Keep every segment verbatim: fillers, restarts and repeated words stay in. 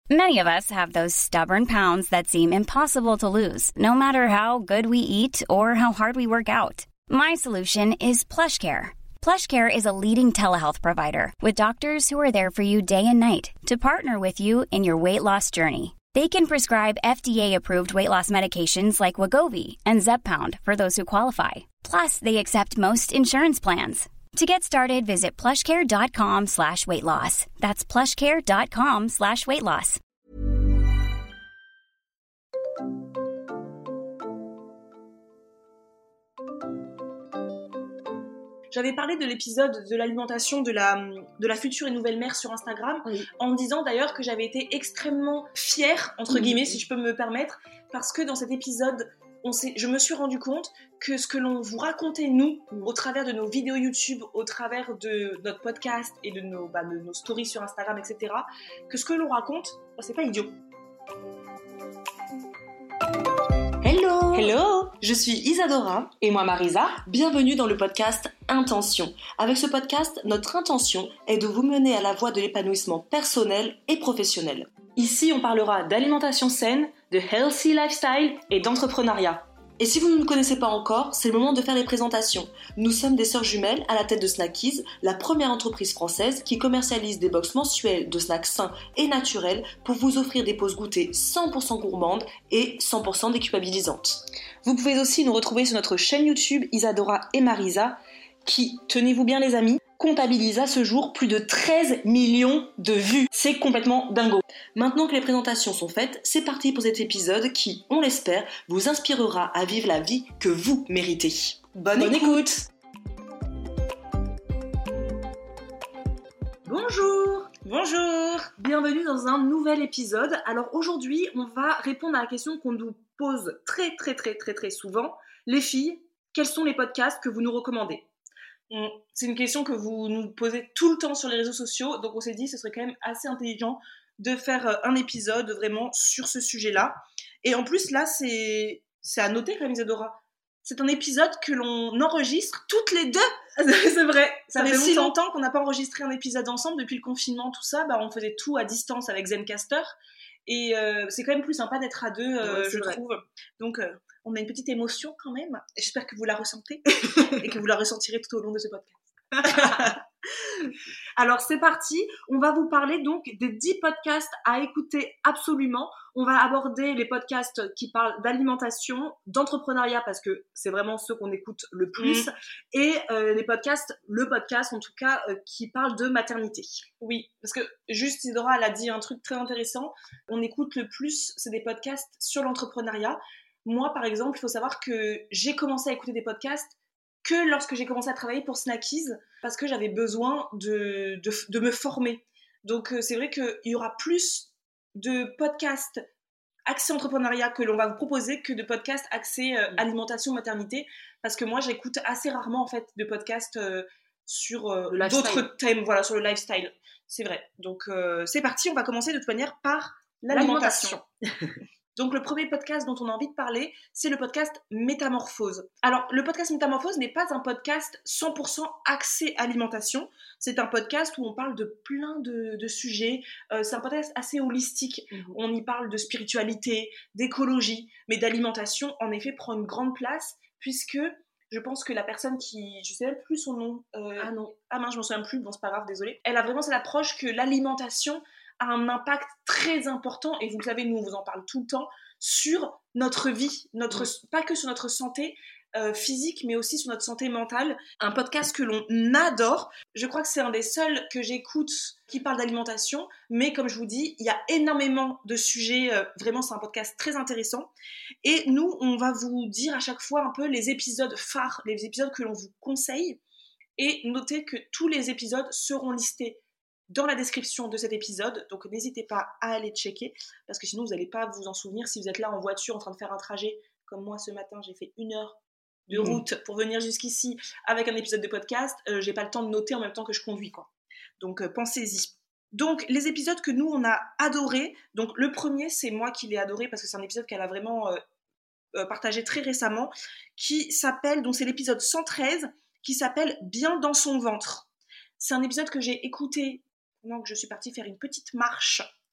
Many of us have those stubborn pounds that seem impossible to lose, no matter how good we eat or how hard we work out. My solution is PlushCare. PlushCare is a leading telehealth provider with doctors who are there for you day and night to partner with you in your weight loss journey. They can prescribe F D A-approved weight loss medications like Wegovy and Zepbound for those who qualify. Plus, they accept most insurance plans. To get started, visit plushcare.com slash weight loss. That's plushcare.com slash weight loss. J'avais parlé de l'épisode de l'alimentation de la, de la future et nouvelle mère sur Instagram, oui. En disant d'ailleurs que j'avais été extrêmement fière, entre oui, guillemets, oui. Si je peux me permettre, parce que dans cet épisode, on s'est, je me suis rendu compte que ce que l'on vous racontait, nous, oui. Au travers de nos vidéos YouTube, au travers de notre podcast et de nos, bah, de nos stories sur Instagram, et cetera, que ce que l'on raconte, bah, c'est pas idiot. Hello Hello Je suis Isadora. Et moi Marisa. Bienvenue dans le podcast Intention. Avec ce podcast, notre intention est de vous mener à la voie de l'épanouissement personnel et professionnel. Ici, on parlera d'alimentation saine, de healthy lifestyle et d'entrepreneuriat. Et si vous ne nous connaissez pas encore, c'est le moment de faire les présentations. Nous sommes des sœurs jumelles à la tête de Snackies, la première entreprise française qui commercialise des box mensuelles de snacks sains et naturels pour vous offrir des pauses goûters cent pour cent gourmandes et cent pour cent déculpabilisantes. Vous pouvez aussi nous retrouver sur notre chaîne YouTube Isadora et Marisa qui, tenez-vous bien les amis, comptabilise à ce jour plus de treize millions de vues. C'est complètement dingo. Maintenant que les présentations sont faites, c'est parti pour cet épisode qui, on l'espère, vous inspirera à vivre la vie que vous méritez. Bonne, Bonne écoute. écoute Bonjour Bonjour Bienvenue dans un nouvel épisode. Alors aujourd'hui, on va répondre à la question qu'on nous pose très très très très très souvent. Les filles, quels sont les podcasts que vous nous recommandez ? C'est une question que vous nous posez tout le temps sur les réseaux sociaux, donc on s'est dit que ce serait quand même assez intelligent de faire un épisode vraiment sur ce sujet-là. Et en plus, là, c'est, c'est à noter quand même, Isadora. C'est un épisode que l'on enregistre toutes les deux. C'est vrai, ça, ça fait si longtemps. longtemps qu'on n'a pas enregistré un épisode ensemble. Depuis le confinement, tout ça, bah, on faisait tout à distance avec Zencastr. Et euh, c'est quand même plus sympa d'être à deux, euh, ouais, je vrai. trouve. Donc, euh, on a une petite émotion quand même. Et j'espère que vous la ressentez et que vous la ressentirez tout au long de ce podcast. Alors, c'est parti. On va vous parler donc des dix podcasts à écouter absolument. On va aborder les podcasts qui parlent d'alimentation, d'entrepreneuriat, parce que c'est vraiment ceux qu'on écoute le plus, mmh. et euh, les podcasts, le podcast en tout cas, euh, qui parle de maternité. Oui, parce que juste Isadora, elle a dit un truc très intéressant. On écoute le plus, c'est des podcasts sur l'entrepreneuriat. Moi, par exemple, il faut savoir que j'ai commencé à écouter des podcasts que lorsque j'ai commencé à travailler pour Snackies, parce que j'avais besoin de, de, de me former. Donc, euh, c'est vrai qu'il y aura plus de podcasts axés entrepreneuriat que l'on va vous proposer que de podcasts axés euh, alimentation, maternité, parce que moi, j'écoute assez rarement, en fait, de podcasts euh, sur euh, d'autres thèmes, voilà, sur le lifestyle. C'est vrai. Donc, euh, c'est parti. On va commencer de toute manière par l'alimentation. l'alimentation. Donc, le premier podcast dont on a envie de parler, c'est le podcast Métamorphose. Alors, le podcast Métamorphose n'est pas un podcast cent pour cent axé alimentation. C'est un podcast où on parle de plein de, de sujets. Euh, c'est un podcast assez holistique. Mmh. On y parle de spiritualité, d'écologie, mais d'alimentation, en effet, prend une grande place, puisque je pense que la personne qui... Je ne sais même plus son nom. Euh, ah non. Ah mince, je ne m'en souviens plus. Bon, c'est pas grave, désolée. Elle a vraiment cette approche que l'alimentation a un impact très important, et vous le savez, nous on vous en parle tout le temps, sur notre vie, notre, mmh. pas que sur notre santé euh, physique, mais aussi sur notre santé mentale. Un podcast que l'on adore. Je crois que c'est un des seuls que j'écoute qui parle d'alimentation, mais comme je vous dis, il y a énormément de sujets, euh, vraiment c'est un podcast très intéressant. Et nous, on va vous dire à chaque fois un peu les épisodes phares, les épisodes que l'on vous conseille, et notez que tous les épisodes seront listés dans la description de cet épisode, donc n'hésitez pas à aller checker, parce que sinon vous n'allez pas vous en souvenir si vous êtes là en voiture en train de faire un trajet, comme moi ce matin j'ai fait une heure de route mmh. pour venir jusqu'ici avec un épisode de podcast, euh, j'ai pas le temps de noter en même temps que je conduis, quoi. Donc euh, pensez-y. Donc les épisodes que nous on a adorés, donc le premier c'est moi qui l'ai adoré parce que c'est un épisode qu'elle a vraiment euh, euh, partagé très récemment, qui s'appelle, donc c'est l'épisode cent treize, qui s'appelle Bien dans son ventre. C'est un épisode que j'ai écouté pendant que je suis partie faire une petite marche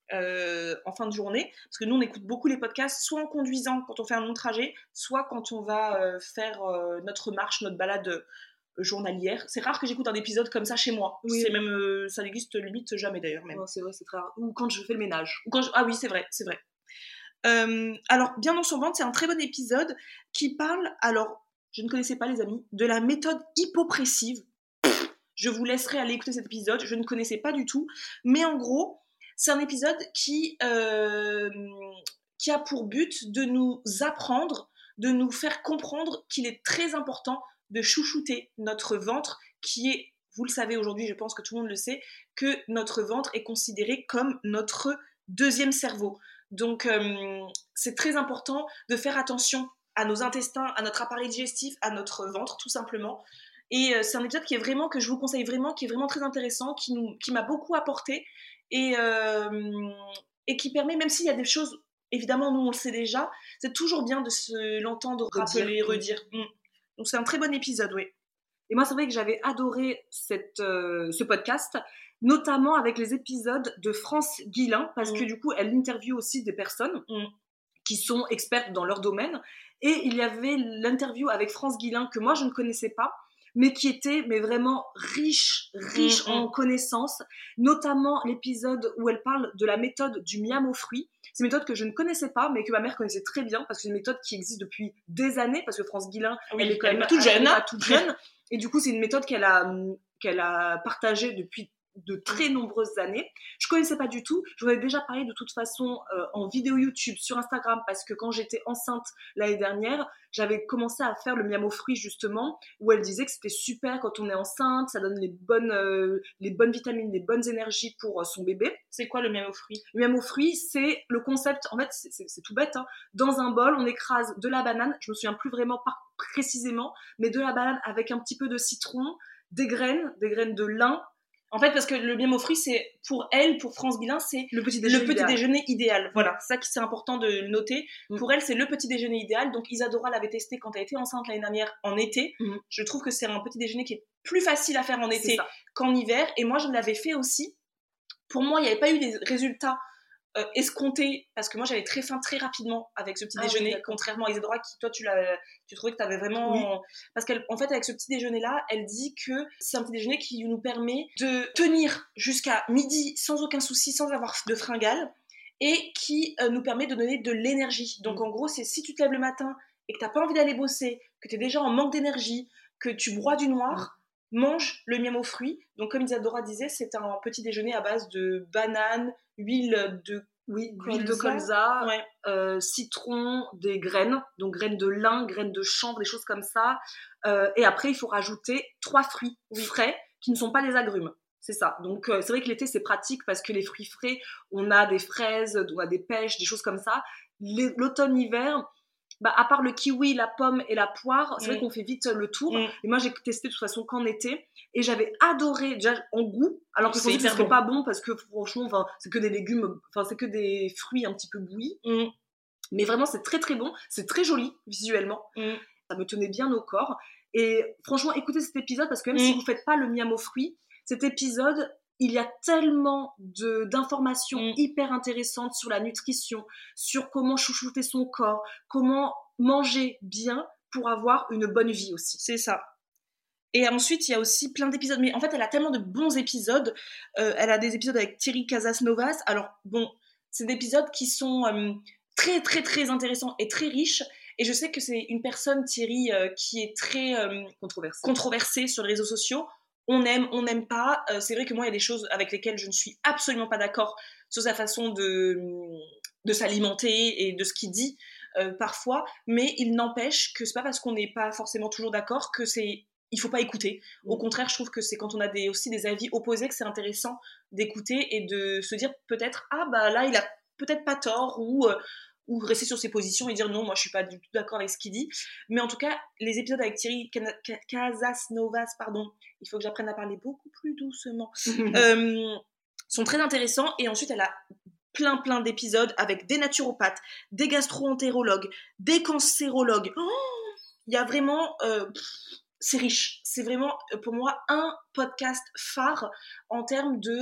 euh, en fin de journée, parce que nous on écoute beaucoup les podcasts, soit en conduisant quand on fait un long trajet, soit quand on va euh, faire euh, notre marche, notre balade euh, journalière. C'est rare que j'écoute un épisode comme ça chez moi. Oui. C'est même, euh, ça n'existe limite jamais d'ailleurs. Même. Non, c'est vrai, c'est très rare. Ou quand je fais le ménage. Ou quand je... Ah oui, c'est vrai, c'est vrai. Euh, alors, Bien dans son ventre, c'est un très bon épisode qui parle, alors, je ne connaissais pas les amis, de la méthode hypopressive. Je vous laisserai aller écouter cet épisode, je ne connaissais pas du tout. Mais en gros, c'est un épisode qui, euh, qui a pour but de nous apprendre, de nous faire comprendre qu'il est très important de chouchouter notre ventre, qui est, vous le savez aujourd'hui, je pense que tout le monde le sait, que notre ventre est considéré comme notre deuxième cerveau. Donc, euh, c'est très important de faire attention à nos intestins, à notre appareil digestif, à notre ventre, tout simplement. Et euh, c'est un épisode qui est vraiment, que je vous conseille vraiment, qui est vraiment très intéressant, qui, nous, qui m'a beaucoup apporté et, euh, et qui permet, même s'il y a des choses, évidemment, nous on le sait déjà, c'est toujours bien de se l'entendre rappeler, redire. Mmh. Donc c'est un très bon épisode, oui. Et moi, c'est vrai que j'avais adoré cette, euh, ce podcast, notamment avec les épisodes de France Guilin, parce mmh. que du coup, elle interviewe aussi des personnes mmh. qui sont expertes dans leur domaine. Et il y avait l'interview avec France Guilin que moi, je ne connaissais pas, mais qui était mais vraiment riche, riche mmh, en mmh. connaissances, notamment l'épisode où elle parle de la méthode du miam aux fruits. C'est une méthode que je ne connaissais pas, mais que ma mère connaissait très bien, parce que c'est une méthode qui existe depuis des années, parce que France Guilin, oui, elle est quand elle même toute jeune. Pas toute jeune. Et du coup, c'est une méthode qu'elle a, qu'elle a partagée depuis de très nombreuses années. Je connaissais pas du tout. Je vous avais déjà parlé de toute façon euh, en vidéo YouTube, sur Instagram, parce que quand j'étais enceinte l'année dernière, j'avais commencé à faire le miam aux fruits justement, où elle disait que c'était super quand on est enceinte, ça donne les bonnes, euh, les bonnes vitamines, les bonnes énergies pour euh, son bébé. C'est quoi le miam aux fruits ? Le miam aux fruits, c'est le concept, en fait, c'est, c'est, c'est tout bête, hein. Dans un bol, on écrase de la banane, je me souviens plus vraiment pas précisément, mais de la banane avec un petit peu de citron, des graines, des graines de lin. En fait, parce que le miam aux fruits, c'est pour elle, pour France Guilin, c'est le petit déjeuner, le petit idéal. déjeuner idéal. Voilà, c'est ça qui c'est important de le noter. Mm. Pour elle, c'est le petit déjeuner idéal. Donc Isadora l'avait testé quand elle était enceinte l'année dernière en été. Mm. Je trouve que c'est un petit déjeuner qui est plus facile à faire en été qu'en hiver. Et moi, je l'avais fait aussi. Pour moi, il n'y avait pas eu des résultats euh, escomptés, parce que moi, j'avais très faim très rapidement avec ce petit ah, déjeuner, oui, contrairement à Isadora, qui, toi, tu, l'as, tu trouvais que tu avais vraiment... Oui. Parce qu'en fait, avec ce petit déjeuner-là, elle dit que c'est un petit déjeuner qui nous permet de tenir jusqu'à midi sans aucun souci, sans avoir de fringales, et qui euh, nous permet de donner de l'énergie. Donc, mmh. en gros, c'est si tu te lèves le matin et que tu n'as pas envie d'aller bosser, que tu es déjà en manque d'énergie, que tu broies du noir... Mmh. mange le miam aux fruits. Donc, comme Isadora disait, c'est un petit déjeuner à base de bananes, huile de, oui, huile de colza, ouais. euh, citron, des graines, donc graines de lin, graines de chanvre, des choses comme ça. Euh, et après, il faut rajouter trois fruits oui. frais qui ne sont pas des agrumes. C'est ça. Donc, euh, c'est vrai que l'été, c'est pratique parce que les fruits frais, on a des fraises, on a des pêches, des choses comme ça. Les, l'automne-hiver... Bah, à part le kiwi, la pomme et la poire, c'est mmh. vrai qu'on fait vite le tour. Mmh. Et moi, j'ai testé de toute façon qu'en été. Et j'avais adoré, déjà en goût, alors que je pensais que ce serait bon. Pas bon parce que franchement, c'est que des légumes, c'est que des fruits un petit peu bouillis. Mmh. Mais vraiment, c'est très très bon. C'est très joli visuellement. Mmh. Ça me tenait bien au corps. Et franchement, écoutez cet épisode parce que même mmh. si vous ne faites pas le miam aux fruits, cet épisode... Il y a tellement de, d'informations mmh. hyper intéressantes sur la nutrition, sur comment chouchouter son corps, comment manger bien pour avoir une bonne vie aussi. C'est ça. Et ensuite, il y a aussi plein d'épisodes. Mais en fait, elle a tellement de bons épisodes. Euh, elle a des épisodes avec Thierry Casasnovas. Alors, bon, c'est des épisodes qui sont euh, très, très, très intéressants et très riches. Et je sais que c'est une personne, Thierry, euh, qui est très euh, controversée. controversée sur les réseaux sociaux. On aime, on n'aime pas. Euh, c'est vrai que moi, il y a des choses avec lesquelles je ne suis absolument pas d'accord sur sa façon de, de s'alimenter et de ce qu'il dit euh, parfois. Mais il n'empêche que c'est pas parce qu'on n'est pas forcément toujours d'accord que c'est, il faut pas écouter. Mmh. Au contraire, je trouve que c'est quand on a des, aussi des avis opposés que c'est intéressant d'écouter et de se dire peut-être ah bah là il a peut-être pas tort ou euh, ou rester sur ses positions et dire non, moi je suis pas du tout d'accord avec ce qu'il dit. Mais en tout cas, les épisodes avec Thierry Casasnovas, pardon, il faut que j'apprenne à parler beaucoup plus doucement, euh, sont très intéressants. Et ensuite, elle a plein plein d'épisodes avec des naturopathes, des gastro-entérologues, des cancérologues. Il oh, y a vraiment... Euh, c'est riche. C'est vraiment, pour moi, un podcast phare en termes de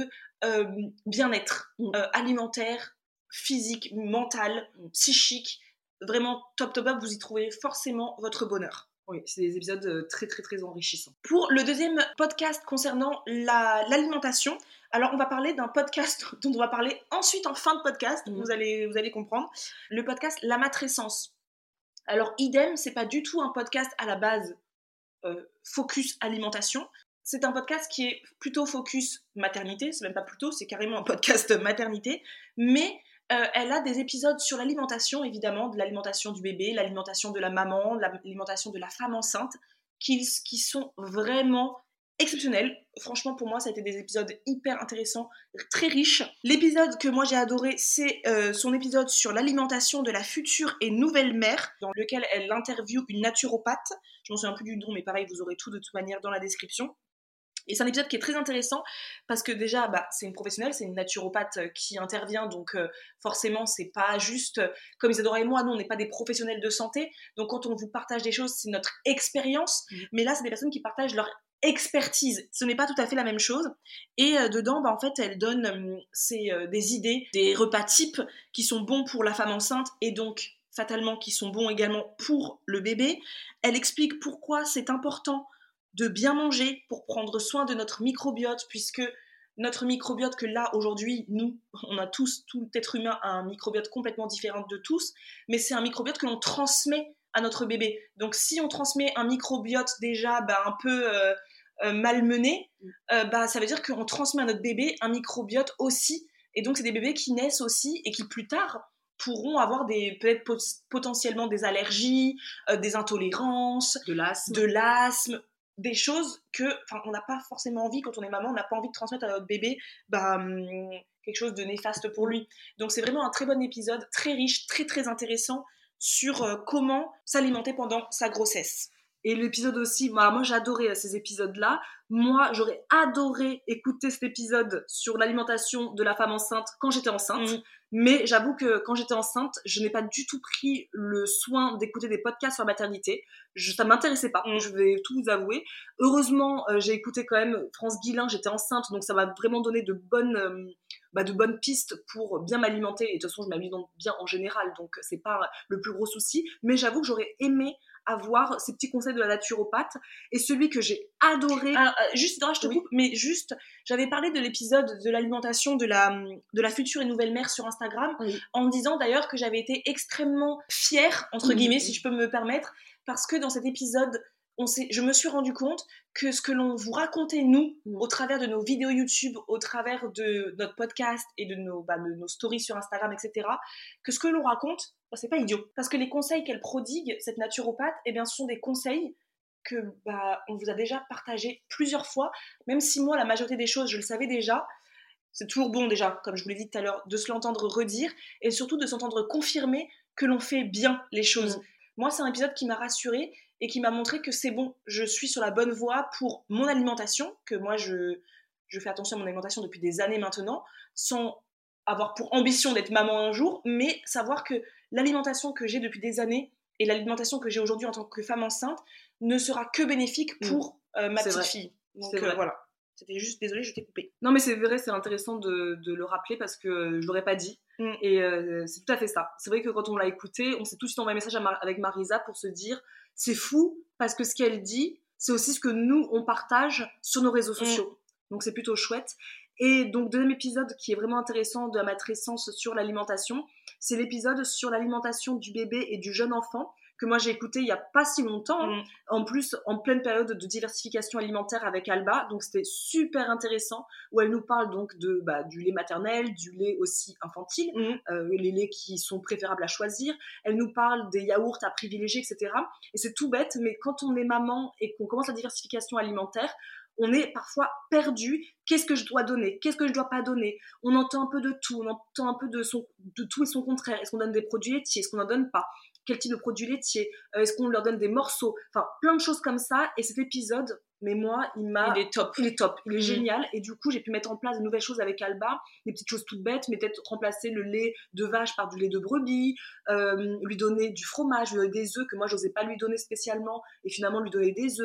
euh, bien-être euh, alimentaire, physique, mental, psychique. Vraiment top top top, vous y trouvez forcément votre bonheur. Oui, c'est des épisodes très très très enrichissants. Pour le deuxième podcast concernant la, l'alimentation, alors on va parler d'un podcast dont on va parler ensuite en fin de podcast, mmh. vous, allez, vous allez comprendre, le podcast La Matrescence. Alors idem, c'est pas du tout un podcast à la base euh, focus alimentation, c'est un podcast qui est plutôt focus maternité, c'est même pas plutôt, c'est carrément un podcast maternité, mais Euh, elle a des épisodes sur l'alimentation, évidemment, de l'alimentation du bébé, l'alimentation de la maman, l'alimentation de la femme enceinte, qui, qui sont vraiment exceptionnels. Franchement, pour moi, ça a été des épisodes hyper intéressants, très riches. L'épisode que moi j'ai adoré, c'est euh, son épisode sur l'alimentation de la future et nouvelle mère, dans lequel elle interviewe une naturopathe. Je m'en souviens plus du nom, mais pareil, vous aurez tout de toute manière dans la description. Et c'est un épisode qui est très intéressant parce que déjà, bah, c'est une professionnelle, c'est une naturopathe qui intervient, donc euh, forcément, c'est pas juste comme Isadora et moi, nous, on n'est pas des professionnels de santé, donc quand on vous partage des choses, c'est notre expérience, mmh. mais là, c'est des personnes qui partagent leur expertise. Ce n'est pas tout à fait la même chose. Et euh, dedans, bah, en fait, elle donne euh, c'est, euh, des idées, des repas types qui sont bons pour la femme enceinte et donc, fatalement, qui sont bons également pour le bébé. Elle explique pourquoi c'est important de bien manger pour prendre soin de notre microbiote, puisque notre microbiote que là, aujourd'hui, nous, on a tous, tout être humain a un microbiote complètement différent de tous, mais c'est un microbiote que l'on transmet à notre bébé. Donc si on transmet un microbiote déjà bah, un peu euh, euh, malmené, euh, bah, ça veut dire qu'on transmet à notre bébé un microbiote aussi, et donc c'est des bébés qui naissent aussi, et qui plus tard pourront avoir des, peut-être pot- potentiellement des allergies, euh, des intolérances, de l'asthme, de l'asthme des choses que, enfin, on n'a pas forcément envie, quand on est maman, on n'a pas envie de transmettre à notre bébé bah, hum, quelque chose de néfaste pour lui. Donc c'est vraiment un très bon épisode, très riche, très très intéressant sur euh, comment s'alimenter pendant sa grossesse. Et l'épisode aussi, bah, moi j'ai adoré ces épisodes-là. Moi, j'aurais adoré écouter cet épisode sur l'alimentation de la femme enceinte quand j'étais enceinte. Mmh. Mais j'avoue que quand j'étais enceinte, je n'ai pas du tout pris le soin d'écouter des podcasts sur la maternité. Je, ça ne m'intéressait pas, mmh. je vais tout vous avouer. Heureusement, euh, j'ai écouté quand même France Guillain, j'étais enceinte, donc ça m'a vraiment donné de bonnes, euh, bah, de bonnes pistes pour bien m'alimenter. Et de toute façon, je m'alimente bien en général, donc c'est pas le plus gros souci. Mais j'avoue que j'aurais aimé avoir ces petits conseils de la naturopathe. Et celui que j'ai adoré... Alors, euh, juste, non, je te oui. coupe, mais juste, j'avais parlé de l'épisode de l'alimentation de la, de la future et nouvelle mère sur Instagram, oui. en disant d'ailleurs que j'avais été extrêmement fière, entre oui. guillemets, si je peux me permettre, parce que dans cet épisode, on s'est, je me suis rendu compte que ce que l'on vous racontait, nous, mmh. au travers de nos vidéos YouTube, au travers de notre podcast et de nos, bah, de nos stories sur Instagram, et cetera, que ce que l'on raconte, bah, c'est pas idiot. Parce que les conseils qu'elle prodigue, cette naturopathe, eh bien, ce sont des conseils que bah, on vous a déjà partagés plusieurs fois, même si moi, la majorité des choses, je le savais déjà. C'est toujours bon déjà, comme je vous l'ai dit tout à l'heure, de se l'entendre redire et surtout de s'entendre confirmer que l'on fait bien les choses. Mmh. Moi, c'est un épisode qui m'a rassurée et qui m'a montré que c'est bon, je suis sur la bonne voie pour mon alimentation, que moi, je, je fais attention à mon alimentation depuis des années maintenant, sans avoir pour ambition d'être maman un jour, mais savoir que l'alimentation que j'ai depuis des années et l'alimentation que j'ai aujourd'hui en tant que femme enceinte ne sera que bénéfique pour mmh. euh, ma c'est petite vrai. fille. Donc c'est vrai. Euh, voilà. C'était juste, désolée, je t'ai coupé. Non, mais c'est vrai, c'est intéressant de, de le rappeler parce que je l'aurais pas dit. Mm. Et euh, c'est tout à fait ça. C'est vrai que quand on l'a écouté, on s'est tout de suite envoyé un message à Mar- avec Marisa pour se dire c'est fou parce que ce qu'elle dit, c'est aussi ce que nous, on partage sur nos réseaux sociaux. Mm. Donc c'est plutôt chouette. Et donc, deuxième épisode qui est vraiment intéressant de la matrescence sur l'alimentation, c'est l'épisode sur l'alimentation du bébé et du jeune enfant que moi j'ai écouté il n'y a pas si longtemps, mmh. en plus en pleine période de diversification alimentaire avec Alba, donc c'était super intéressant, où elle nous parle donc de, bah, du lait maternel, du lait aussi infantile, mmh. euh, les laits qui sont préférables à choisir, elle nous parle des yaourts à privilégier, et cetera. Et c'est tout bête, mais quand on est maman et qu'on commence la diversification alimentaire, on est parfois perdu. Qu'est-ce que je dois donner? Qu'est-ce que je dois pas donner? On entend un peu de tout, on entend un peu de, son, de tout et son contraire. Est-ce qu'on donne des produits laitiers? Est-ce qu'on n'en donne pas? Quel type de produits laitiers? euh, Est-ce qu'on leur donne des morceaux? Enfin, plein de choses comme ça. Et cet épisode, mais moi, il m'a... Il est top. Il est top, il est mmh. génial. Et du coup, j'ai pu mettre en place de nouvelles choses avec Alba, des petites choses toutes bêtes, mais peut-être remplacer le lait de vache par du lait de brebis, euh, lui donner du fromage, lui donner des œufs que moi, je n'osais pas lui donner spécialement, et finalement lui donner des œufs.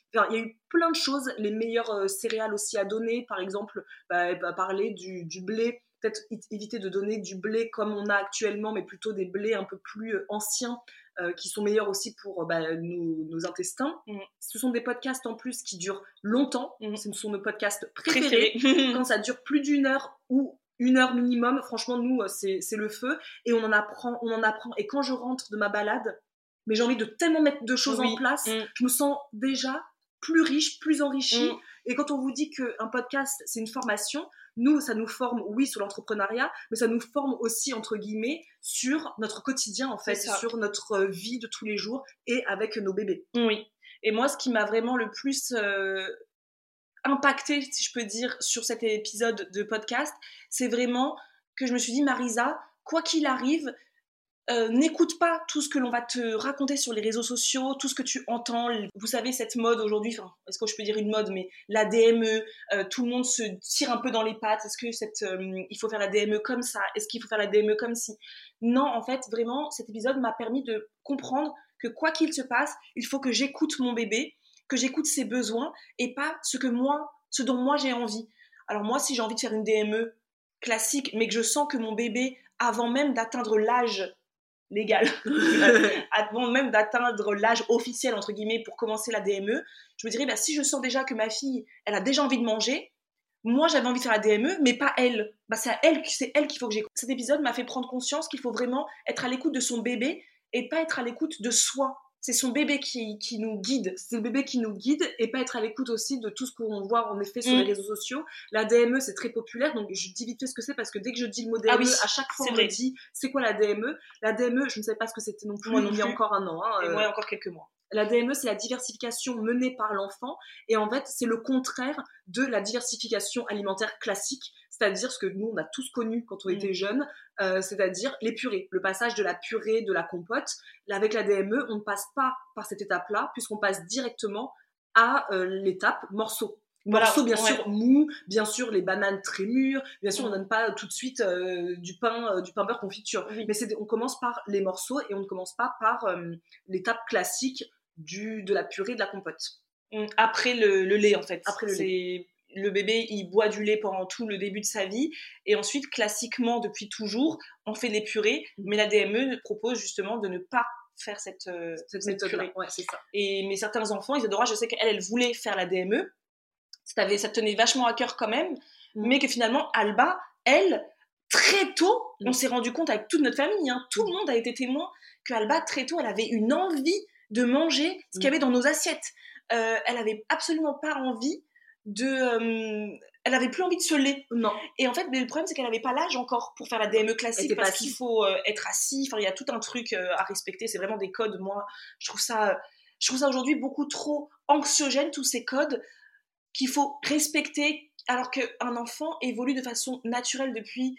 Enfin, il y a eu plein de choses, les meilleures euh, céréales aussi à donner, par exemple, bah, bah, parler du, du blé, peut-être éviter de donner du blé comme on a actuellement, mais plutôt des blés un peu plus euh, anciens, euh, qui sont meilleurs aussi pour bah, nos, nos intestins. Mmh. Ce sont des podcasts en plus qui durent longtemps, mmh. ce sont nos podcasts préférés. Préféré. Quand ça dure plus d'une heure ou une heure minimum, franchement, nous, c'est, c'est le feu, et on en apprend, on en apprend, et quand je rentre de ma balade, mais j'ai envie de tellement mettre de choses oui. en place, mmh. je me sens déjà plus riche, plus enrichie. Mmh. Et quand on vous dit qu'un podcast, c'est une formation, nous, ça nous forme, oui, sur l'entrepreneuriat, mais ça nous forme aussi, entre guillemets, sur notre quotidien, en fait, sur notre vie de tous les jours et avec nos bébés. Oui. Et moi, ce qui m'a vraiment le plus euh, impactée, si je peux dire, sur cet épisode de podcast, c'est vraiment que je me suis dit, Marisa, quoi qu'il arrive, Euh, n'écoute pas tout ce que l'on va te raconter sur les réseaux sociaux, tout ce que tu entends. Vous savez, cette mode aujourd'hui, enfin, est-ce que je peux dire une mode, mais la D M E, euh, tout le monde se tire un peu dans les pattes. Est-ce que cette, euh, il faut faire la D M E comme ça? Est-ce qu'il faut faire la D M E comme ci? Non, en fait, vraiment, cet épisode m'a permis de comprendre que quoi qu'il se passe, il faut que j'écoute mon bébé, que j'écoute ses besoins et pas ce que moi, ce dont moi j'ai envie. Alors moi, si j'ai envie de faire une D M E classique, mais que je sens que mon bébé, avant même d'atteindre l'âge légal, avant même d'atteindre l'âge officiel, entre guillemets, pour commencer la D M E, je me dirais, bah, si je sens déjà que ma fille, elle a déjà envie de manger, moi, j'avais envie de faire la D M E, mais pas elle. Bah, c'est, à elle c'est elle qu'il faut que j'écoute. Cet épisode m'a fait prendre conscience qu'il faut vraiment être à l'écoute de son bébé et pas être à l'écoute de soi. C'est son bébé qui, qui nous guide. C'est le bébé qui nous guide et pas être à l'écoute aussi de tout ce qu'on voit en effet sur mmh. les réseaux sociaux. La D M E, c'est très populaire, donc je dis vite fait ce que c'est parce que dès que je dis le mot D M E, ah oui, à chaque fois on vrai. me dit c'est quoi la D M E. La D M E, je ne savais pas ce que c'était non plus moi non il y a plus. encore un an. Hein, et euh... moi, il y a encore quelques mois. La D M E, c'est la diversification menée par l'enfant et en fait, c'est le contraire de la diversification alimentaire classique, c'est-à-dire ce que nous, on a tous connu quand on mmh. était jeunes, euh, c'est-à-dire les purées, le passage de la purée, de la compote. Là, avec la D M E, on ne passe pas par cette étape-là puisqu'on passe directement à euh, l'étape morceau. Voilà, morceaux bien ouais. sûr mous, bien sûr les bananes très mûres, bien sûr mmh. on donne pas tout de suite euh, du pain euh, du pain beurre confiture, oui. mais c'est, on commence par les morceaux et on ne commence pas par euh, l'étape classique du, de la purée, de la compote. Après le, le lait en fait. Après le c'est... lait. Le bébé, il boit du lait pendant tout le début de sa vie. Et ensuite, classiquement, depuis toujours, on fait des purées. Mais la D M E propose justement de ne pas faire cette, euh, cette, cette purée. Ouais, c'est ça. Et, mais certains enfants, ils adorent. Je sais qu'elle, elle voulait faire la D M E. Ça, avait, ça tenait vachement à cœur quand même. Mmh. Mais que finalement, Alba, elle, très tôt, mmh. on s'est rendu compte avec toute notre famille, hein, tout mmh. le monde a été témoin que Alba, très tôt, elle avait une envie de manger ce qu'il y avait dans nos assiettes. Euh, elle avait absolument pas envie de euh, elle avait plus envie de ce lait non et en fait mais le problème c'est qu'elle avait pas l'âge encore pour faire la D M E classique parce qu'il faut euh, être assis, enfin il y a tout un truc euh, à respecter, c'est vraiment des codes. Moi je trouve ça je trouve ça aujourd'hui beaucoup trop anxiogène, tous ces codes qu'il faut respecter alors qu'un enfant évolue de façon naturelle depuis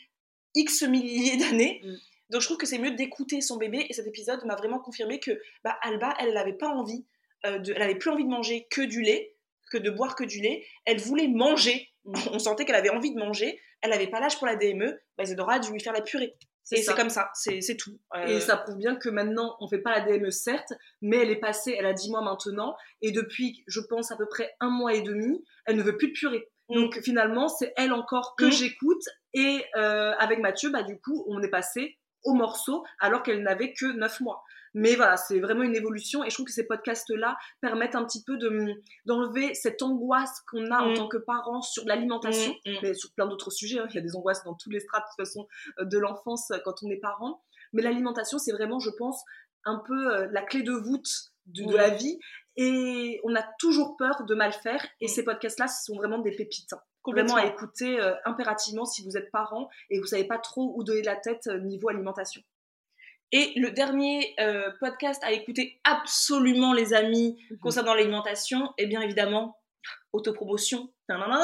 X milliers d'années. mm. Donc je trouve que c'est mieux d'écouter son bébé et cet épisode m'a vraiment confirmé que bah, Alba elle avait pas envie euh, de, elle avait plus envie de manger que du lait, que de boire que du lait, elle voulait manger, on sentait qu'elle avait envie de manger, elle n'avait pas l'âge pour la D M E, bah Isadora a dû lui faire la purée. C'est et ça. C'est comme ça, c'est, c'est tout. Euh... Et ça prouve bien que maintenant, on ne fait pas la D M E certes, mais elle est passée, elle a dix mois maintenant, et depuis, je pense, à peu près un mois et demi, elle ne veut plus de purée. Mmh. Donc finalement, c'est elle encore que mmh. j'écoute, et euh, avec Mathieu, bah, du coup, on est passé au morceau, alors qu'elle n'avait que neuf mois. Mais voilà, c'est vraiment une évolution et je trouve que ces podcasts-là permettent un petit peu de, d'enlever cette angoisse qu'on a mmh. en tant que parents sur l'alimentation, mmh. mais sur plein d'autres sujets. Hein. Il y a des angoisses dans tous les strates de toute façon de l'enfance quand on est parent. Mais l'alimentation, c'est vraiment, je pense, un peu la clé de voûte de, mmh. de la vie et on a toujours peur de mal faire et mmh. ces podcasts-là, ce sont vraiment des pépites. Hein. Vraiment à écouter euh, impérativement si vous êtes parent et vous ne savez pas trop où donner de la tête euh, niveau alimentation. Et le dernier euh, podcast à écouter absolument, les amis, mmh. concernant l'alimentation, eh bien évidemment, autopromotion,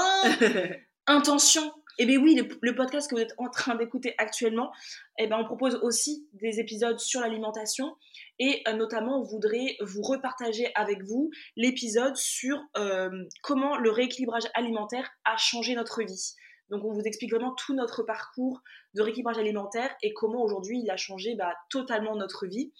intention. Eh bien oui, le, le podcast que vous êtes en train d'écouter actuellement, eh bien on propose aussi des épisodes sur l'alimentation et euh, notamment on voudrait vous repartager avec vous l'épisode sur euh, comment le rééquilibrage alimentaire a changé notre vie. Donc on vous explique vraiment tout notre parcours de rééquilibrage alimentaire et comment aujourd'hui il a changé bah, totalement notre vie.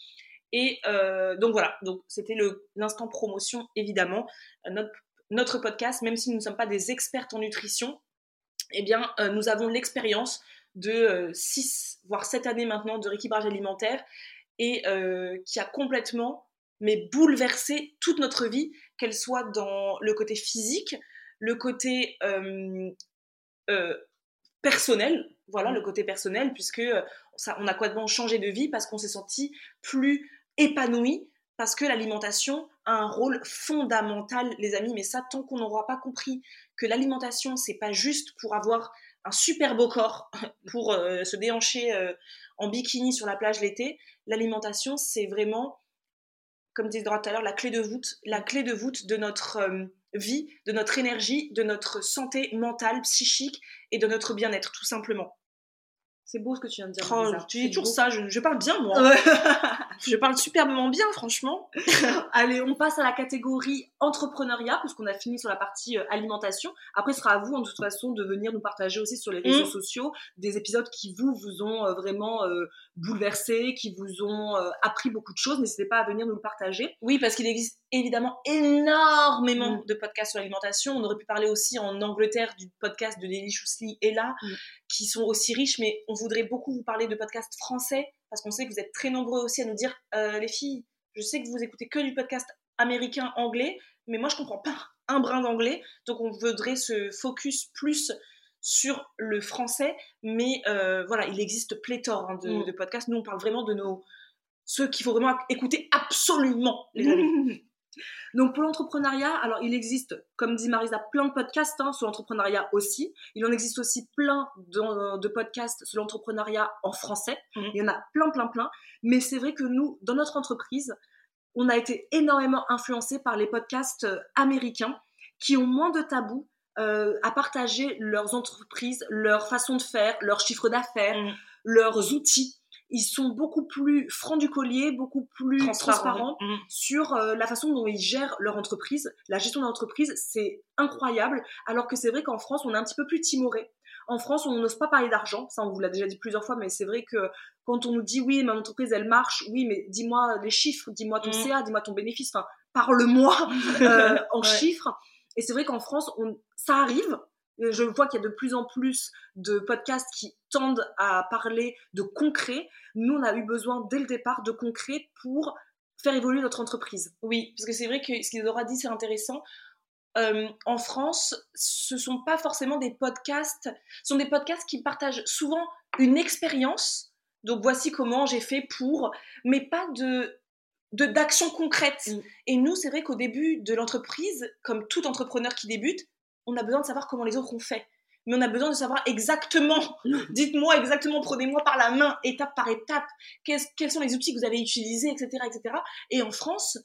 Et euh, donc voilà, donc c'était le, l'instant promotion, évidemment. Notre, notre podcast, même si nous ne sommes pas des expertes en nutrition, eh bien, euh, nous avons l'expérience de six, voire sept années maintenant de rééquilibrage alimentaire et euh, qui a complètement mais bouleversé toute notre vie, qu'elle soit dans le côté physique, le côté euh, euh, personnel, voilà, mmh. le côté personnel, puisque ça, on a complètement changé de vie parce qu'on s'est senti plus épanoui, parce que l'alimentation a un rôle fondamental, les amis, mais ça, tant qu'on n'aura pas compris que l'alimentation, c'est pas juste pour avoir un super beau corps, pour euh, se déhancher euh, en bikini sur la plage l'été, l'alimentation, c'est vraiment, comme disait tout à l'heure, la clé de voûte, la clé de voûte de notre euh, vie, de notre énergie, de notre santé mentale, psychique et de notre bien-être, tout simplement. C'est beau ce que tu viens de dire. Oh, tu dis toujours beau. Ça, je, je parle bien, moi. Ouais. Je parle superbement bien, franchement. Allez, on passe à la catégorie entrepreneuriat, puisqu'on a fini sur la partie euh, alimentation. Après, ce sera à vous, en toute façon, de venir nous partager aussi sur les réseaux mmh. sociaux des épisodes qui, vous, vous ont euh, vraiment euh, bouleversé, qui vous ont euh, appris beaucoup de choses. N'hésitez pas à venir nous le partager. Oui, parce qu'il existe évidemment énormément mmh. de podcasts sur l'alimentation. On aurait pu parler aussi en Angleterre du podcast de Deliciously et là, mmh. qui sont aussi riches, mais on voudrait beaucoup vous parler de podcasts français, parce qu'on sait que vous êtes très nombreux aussi à nous dire euh, les filles, je sais que vous écoutez que du podcast américain, anglais, mais moi je comprends pas un brin d'anglais, donc on voudrait se focus plus sur le français, mais euh, voilà, il existe pléthore hein, de, mmh. de podcasts. Nous on parle vraiment de nos ceux qu'il faut vraiment écouter absolument, les amis. Donc pour l'entrepreneuriat, alors il existe, comme dit Marisa, plein de podcasts hein, sur l'entrepreneuriat aussi. Il en existe aussi plein de, de podcasts sur l'entrepreneuriat en français. Mmh. Il y en a plein, plein, plein. Mais c'est vrai que nous, dans notre entreprise, on a été énormément influencés par les podcasts américains qui ont moins de tabous euh, à partager leurs entreprises, leur façon de faire, leur chiffre d'affaires, mmh. leurs outils. Ils sont beaucoup plus francs du collier, beaucoup plus transparents, transparents mmh. sur euh, la façon dont ils gèrent leur entreprise. La gestion de l'entreprise, c'est incroyable. Alors que c'est vrai qu'en France, on est un petit peu plus timoré. En France, on n'ose pas parler d'argent. Ça, on vous l'a déjà dit plusieurs fois, mais c'est vrai que quand on nous dit « oui, ma entreprise, elle marche », oui, mais dis-moi les chiffres, dis-moi ton mmh. C A, dis-moi ton bénéfice, enfin, parle-moi euh, en ouais. chiffres. Et c'est vrai qu'en France, on, ça arrive. Je vois qu'il y a de plus en plus de podcasts qui tendent à parler de concret. Nous, on a eu besoin dès le départ de concret pour faire évoluer notre entreprise. Oui, parce que c'est vrai que ce qu'ils aura dit, c'est intéressant. Euh, en France, ce ne sont pas forcément des podcasts, ce sont des podcasts qui partagent souvent une expérience. Donc, voici comment j'ai fait pour, mais pas de... De, d'action concrète. Mmh. Et nous, c'est vrai qu'au début de l'entreprise, comme tout entrepreneur qui débute, on a besoin de savoir comment les autres ont fait. Mais on a besoin de savoir exactement, dites-moi exactement, prenez-moi par la main, étape par étape, quels sont les outils que vous avez utilisés, et cetera, et cetera. Et en France,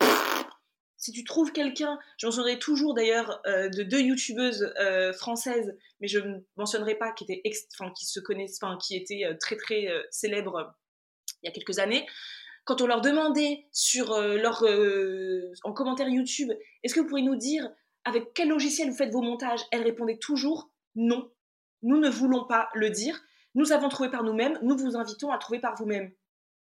si tu trouves quelqu'un, je mentionnerai toujours d'ailleurs euh, de deux youtubeuses euh, françaises, mais je ne mentionnerai pas qui étaient, ex- enfin, qui se connaissent, enfin, qui étaient euh, très très euh, célèbres euh, il y a quelques années. Quand on leur demandait sur euh, leur, euh, en commentaire YouTube, est-ce que vous pourriez nous dire avec quel logiciel vous faites vos montages ? Elles répondaient toujours non. Nous ne voulons pas le dire. Nous avons trouvé par nous-mêmes. Nous vous invitons à trouver par vous-même. Pardon ?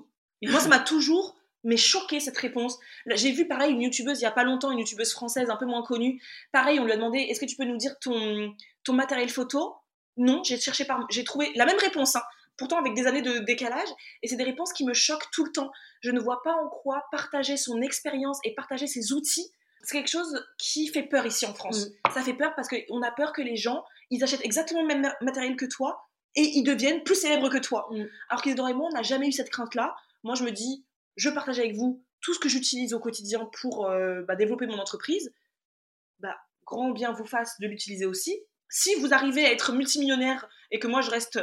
Et moi, ça m'a toujours mais choqué cette réponse. Là, j'ai vu pareil une youtubeuse il y a pas longtemps, une youtubeuse française un peu moins connue. Pareil, on lui a demandé est-ce que tu peux nous dire ton, ton matériel photo ? Non, j'ai cherché par, j'ai trouvé la même réponse. Hein. Pourtant avec des années de décalage, et c'est des réponses qui me choquent tout le temps. Je ne vois pas en quoi partager son expérience et partager ses outils, c'est quelque chose qui fait peur ici en France. Mmh. Ça fait peur parce qu'on a peur que les gens, ils achètent exactement le même matériel que toi et ils deviennent plus célèbres que toi. Mmh. Alors qu'Isidore et moi, on n'a jamais eu cette crainte-là. Moi, je me dis, je partage avec vous tout ce que j'utilise au quotidien pour euh, bah, développer mon entreprise. Bah, grand bien vous fasse de l'utiliser aussi. Si vous arrivez à être multimillionnaire et que moi, je reste...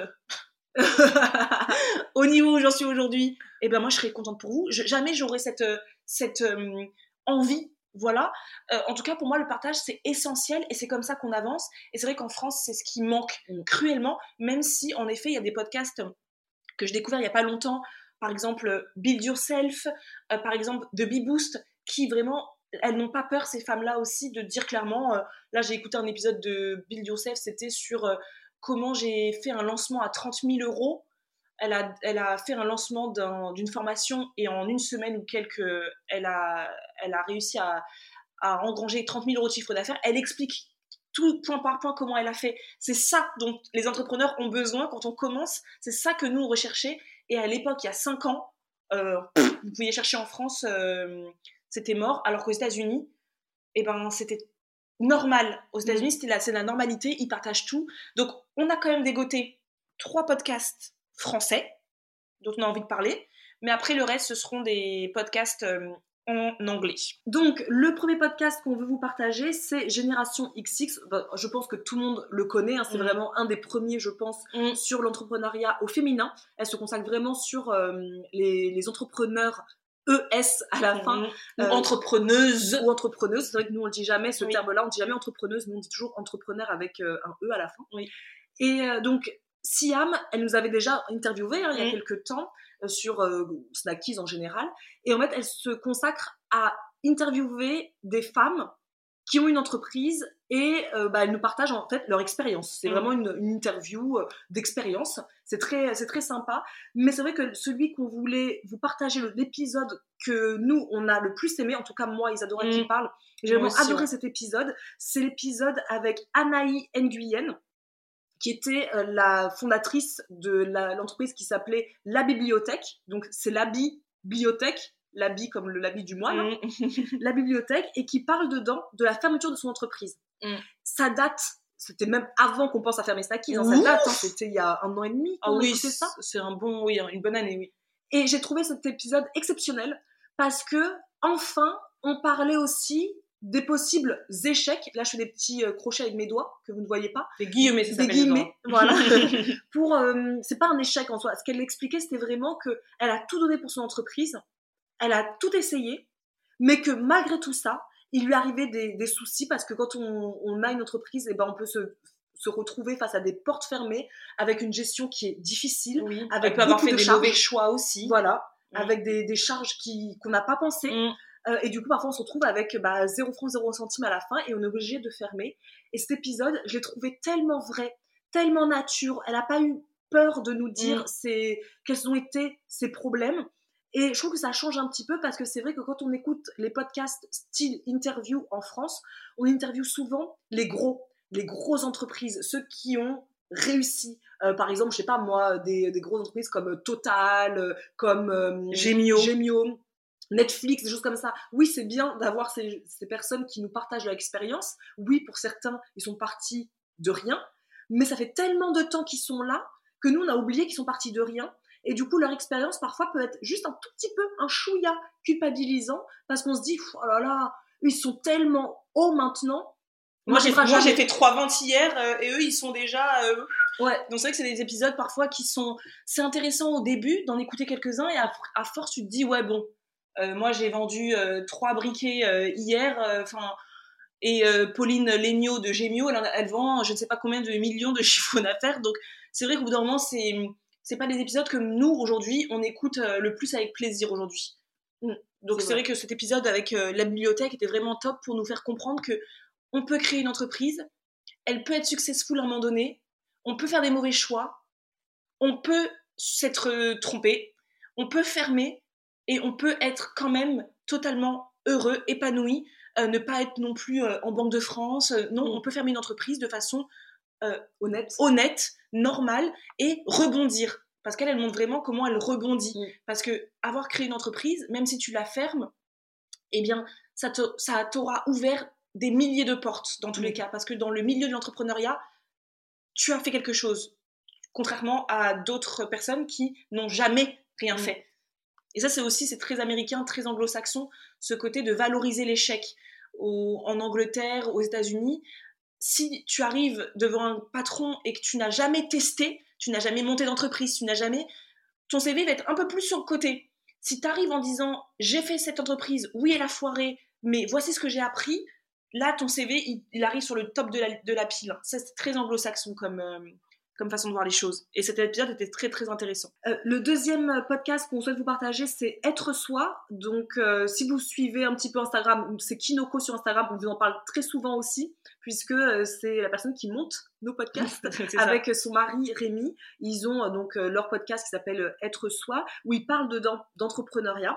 au niveau où j'en suis aujourd'hui, et eh ben moi je serais contente pour vous. Je, jamais j'aurais cette cette euh, envie, voilà. Euh, en tout cas pour moi le partage c'est essentiel et c'est comme ça qu'on avance. Et c'est vrai qu'en France c'est ce qui manque mmh. cruellement, même si en effet il y a des podcasts que j'ai découverts il y a pas longtemps, par exemple Build Yourself, euh, par exemple de Be Boost, qui vraiment elles n'ont pas peur ces femmes-là aussi de dire clairement. Euh, là j'ai écouté un épisode de Build Yourself, c'était sur euh, comment j'ai fait un lancement à trente mille euros Elle a, elle a fait un lancement d'un, d'une formation et en une semaine ou quelques, elle a, elle a réussi à, à engranger trente mille euros de chiffre d'affaires. Elle explique tout point par point comment elle a fait. C'est ça dont les entrepreneurs ont besoin quand on commence. C'est ça que nous on recherchait. Et à l'époque, il y a cinq ans, euh, vous pouviez chercher en France, euh, c'était mort. Alors qu'aux États-Unis, eh ben, c'était normal. Aux États-Unis, c'était la, c'est la normalité. Ils partagent tout. Donc, on a quand même dégoté trois podcasts français dont on a envie de parler. Mais après, le reste, ce seront des podcasts euh, en anglais. Donc, le premier podcast qu'on veut vous partager, c'est Génération X X. Bah, je pense que tout le monde le connaît. Hein, c'est mmh. vraiment un des premiers, je pense, mmh. sur l'entrepreneuriat au féminin. Elle se consacre vraiment sur euh, les, les entrepreneurs E S à la fin. Mmh. Ou euh, entrepreneuse. Ou entrepreneuse. C'est vrai que nous, on ne dit jamais ce oui. terme-là. On ne dit jamais entrepreneuse. Nous, on dit toujours entrepreneur avec euh, un E à la fin. Oui. Et euh, donc, Siam, elle nous avait déjà interviewé hein, il y a mmh. quelques temps euh, sur euh, Snackies en général. Et en fait, elle se consacre à interviewer des femmes qui ont une entreprise et euh, bah, elles nous partagent en fait leur expérience. C'est mmh. vraiment une, une interview d'expérience. C'est très, c'est très sympa. Mais c'est vrai que celui qu'on voulait vous partager, l'épisode que nous, on a le plus aimé, en tout cas moi, Isadora mmh. qui parle, j'ai vraiment aussi, adoré ouais. cet épisode, c'est l'épisode avec Anaï Nguyen, qui était euh, la fondatrice de la, l'entreprise qui s'appelait La Bibliothèque. Donc, c'est l'habit bibliothèque, l'habit comme le l'habit du moine, mm. La bibliothèque, et qui parle dedans de la fermeture de son entreprise. Mm. Ça date, c'était même avant qu'on pense à fermer Snackies, hein, ça date, hein, c'était il y a un an et demi qu'on ah oui, écoutait ça. C'est un bon, oui, une bonne année, oui. Et j'ai trouvé cet épisode exceptionnel parce que, enfin, on parlait aussi des possibles échecs. Là, je fais des petits euh, crochets avec mes doigts que vous ne voyez pas. Des guillemets, ça des guillemets, voilà. Pour, euh, c'est pas un échec en soi. Ce qu'elle expliquait, c'était vraiment que elle a tout donné pour son entreprise, elle a tout essayé, mais que malgré tout ça, il lui arrivait des, des soucis parce que quand on, on a une entreprise, et ben on peut se se retrouver face à des portes fermées avec une gestion qui est difficile, oui. avec elle peut avoir fait de des charges, mauvais choix aussi. Voilà, mmh. avec des, des charges qui qu'on n'a pas pensé. Mmh. Euh, et du coup, parfois, on se retrouve avec bah, zéro franc, zéro centime à la fin et on est obligé de fermer. Et cet épisode, je l'ai trouvé tellement vrai, tellement nature. Elle n'a pas eu peur de nous dire mmh. ses, quels ont été ses problèmes. Et je trouve que ça change un petit peu parce que c'est vrai que quand on écoute les podcasts style interview en France, on interviewe souvent les gros, les grosses entreprises, ceux qui ont réussi. Euh, par exemple, je sais pas moi, des, des grosses entreprises comme Total, comme euh, Gemio. Gemio. Netflix, des choses comme ça. Oui, c'est bien d'avoir ces, ces personnes qui nous partagent leur expérience. Oui, pour certains, ils sont partis de rien. Mais ça fait tellement de temps qu'ils sont là que nous, on a oublié qu'ils sont partis de rien. Et du coup, leur expérience, parfois, peut être juste un tout petit peu, un chouïa culpabilisant parce qu'on se dit, oh là là, ils sont tellement hauts maintenant. Moi, j'ai, moi j'ai fait trois ventes hier euh, et eux, ils sont déjà... Euh... Ouais. Donc, c'est vrai que c'est des épisodes, parfois, qui sont... C'est intéressant au début d'en écouter quelques-uns et à, à force, tu te dis, ouais, bon... Euh, moi, j'ai vendu euh, trois briquets euh, hier, enfin, euh, et euh, Pauline Legnaud de Gemio, elle, elle vend je ne sais pas combien de millions de chiffre d'affaires. Donc, c'est vrai qu'au bout d'un moment, c'est c'est pas des épisodes que nous aujourd'hui on écoute euh, le plus avec plaisir aujourd'hui. Mm. Donc, c'est, c'est vrai. vrai que cet épisode avec euh, la bibliothèque était vraiment top pour nous faire comprendre que on peut créer une entreprise, elle peut être successful à un moment donné, on peut faire des mauvais choix, on peut s'être euh, trompé, on peut fermer. Et on peut être quand même totalement heureux, épanoui, euh, ne pas être non plus euh, en Banque de France. Euh, non, mmh. on peut fermer une entreprise de façon euh, honnête, honnête, normale et rebondir. Parce qu'elle, elle montre vraiment comment elle rebondit. Mmh. Parce que avoir créé une entreprise, même si tu la fermes, eh bien, ça, te, ça t'aura ouvert des milliers de portes dans tous mmh. les cas. Parce que dans le milieu de l'entrepreneuriat, tu as fait quelque chose. Contrairement à d'autres personnes qui n'ont jamais rien mmh. fait. Et ça, c'est aussi, c'est très américain, très anglo-saxon, ce côté de valoriser l'échec. Au, en Angleterre, aux États-Unis, si tu arrives devant un patron et que tu n'as jamais testé, tu n'as jamais monté d'entreprise, tu n'as jamais... Ton C V va être un peu plus sur le côté. Si tu arrives en disant « j'ai fait cette entreprise, oui, elle a foiré, mais voici ce que j'ai appris », là, ton C V, il, il arrive sur le top de la, de la pile. Ça, c'est très anglo-saxon comme, euh, comme façon de voir les choses. Et cet épisode était très très intéressant. Euh, le deuxième podcast qu'on souhaite vous partager, c'est Être Soi. Donc euh, si vous suivez un petit peu Instagram, c'est Kinoko sur Instagram, on vous en parle très souvent aussi, puisque euh, c'est la personne qui monte nos podcasts avec ça. Son mari Rémi. Ils ont euh, donc euh, leur podcast qui s'appelle Être Soi, où ils parlent de, d'entrepreneuriat.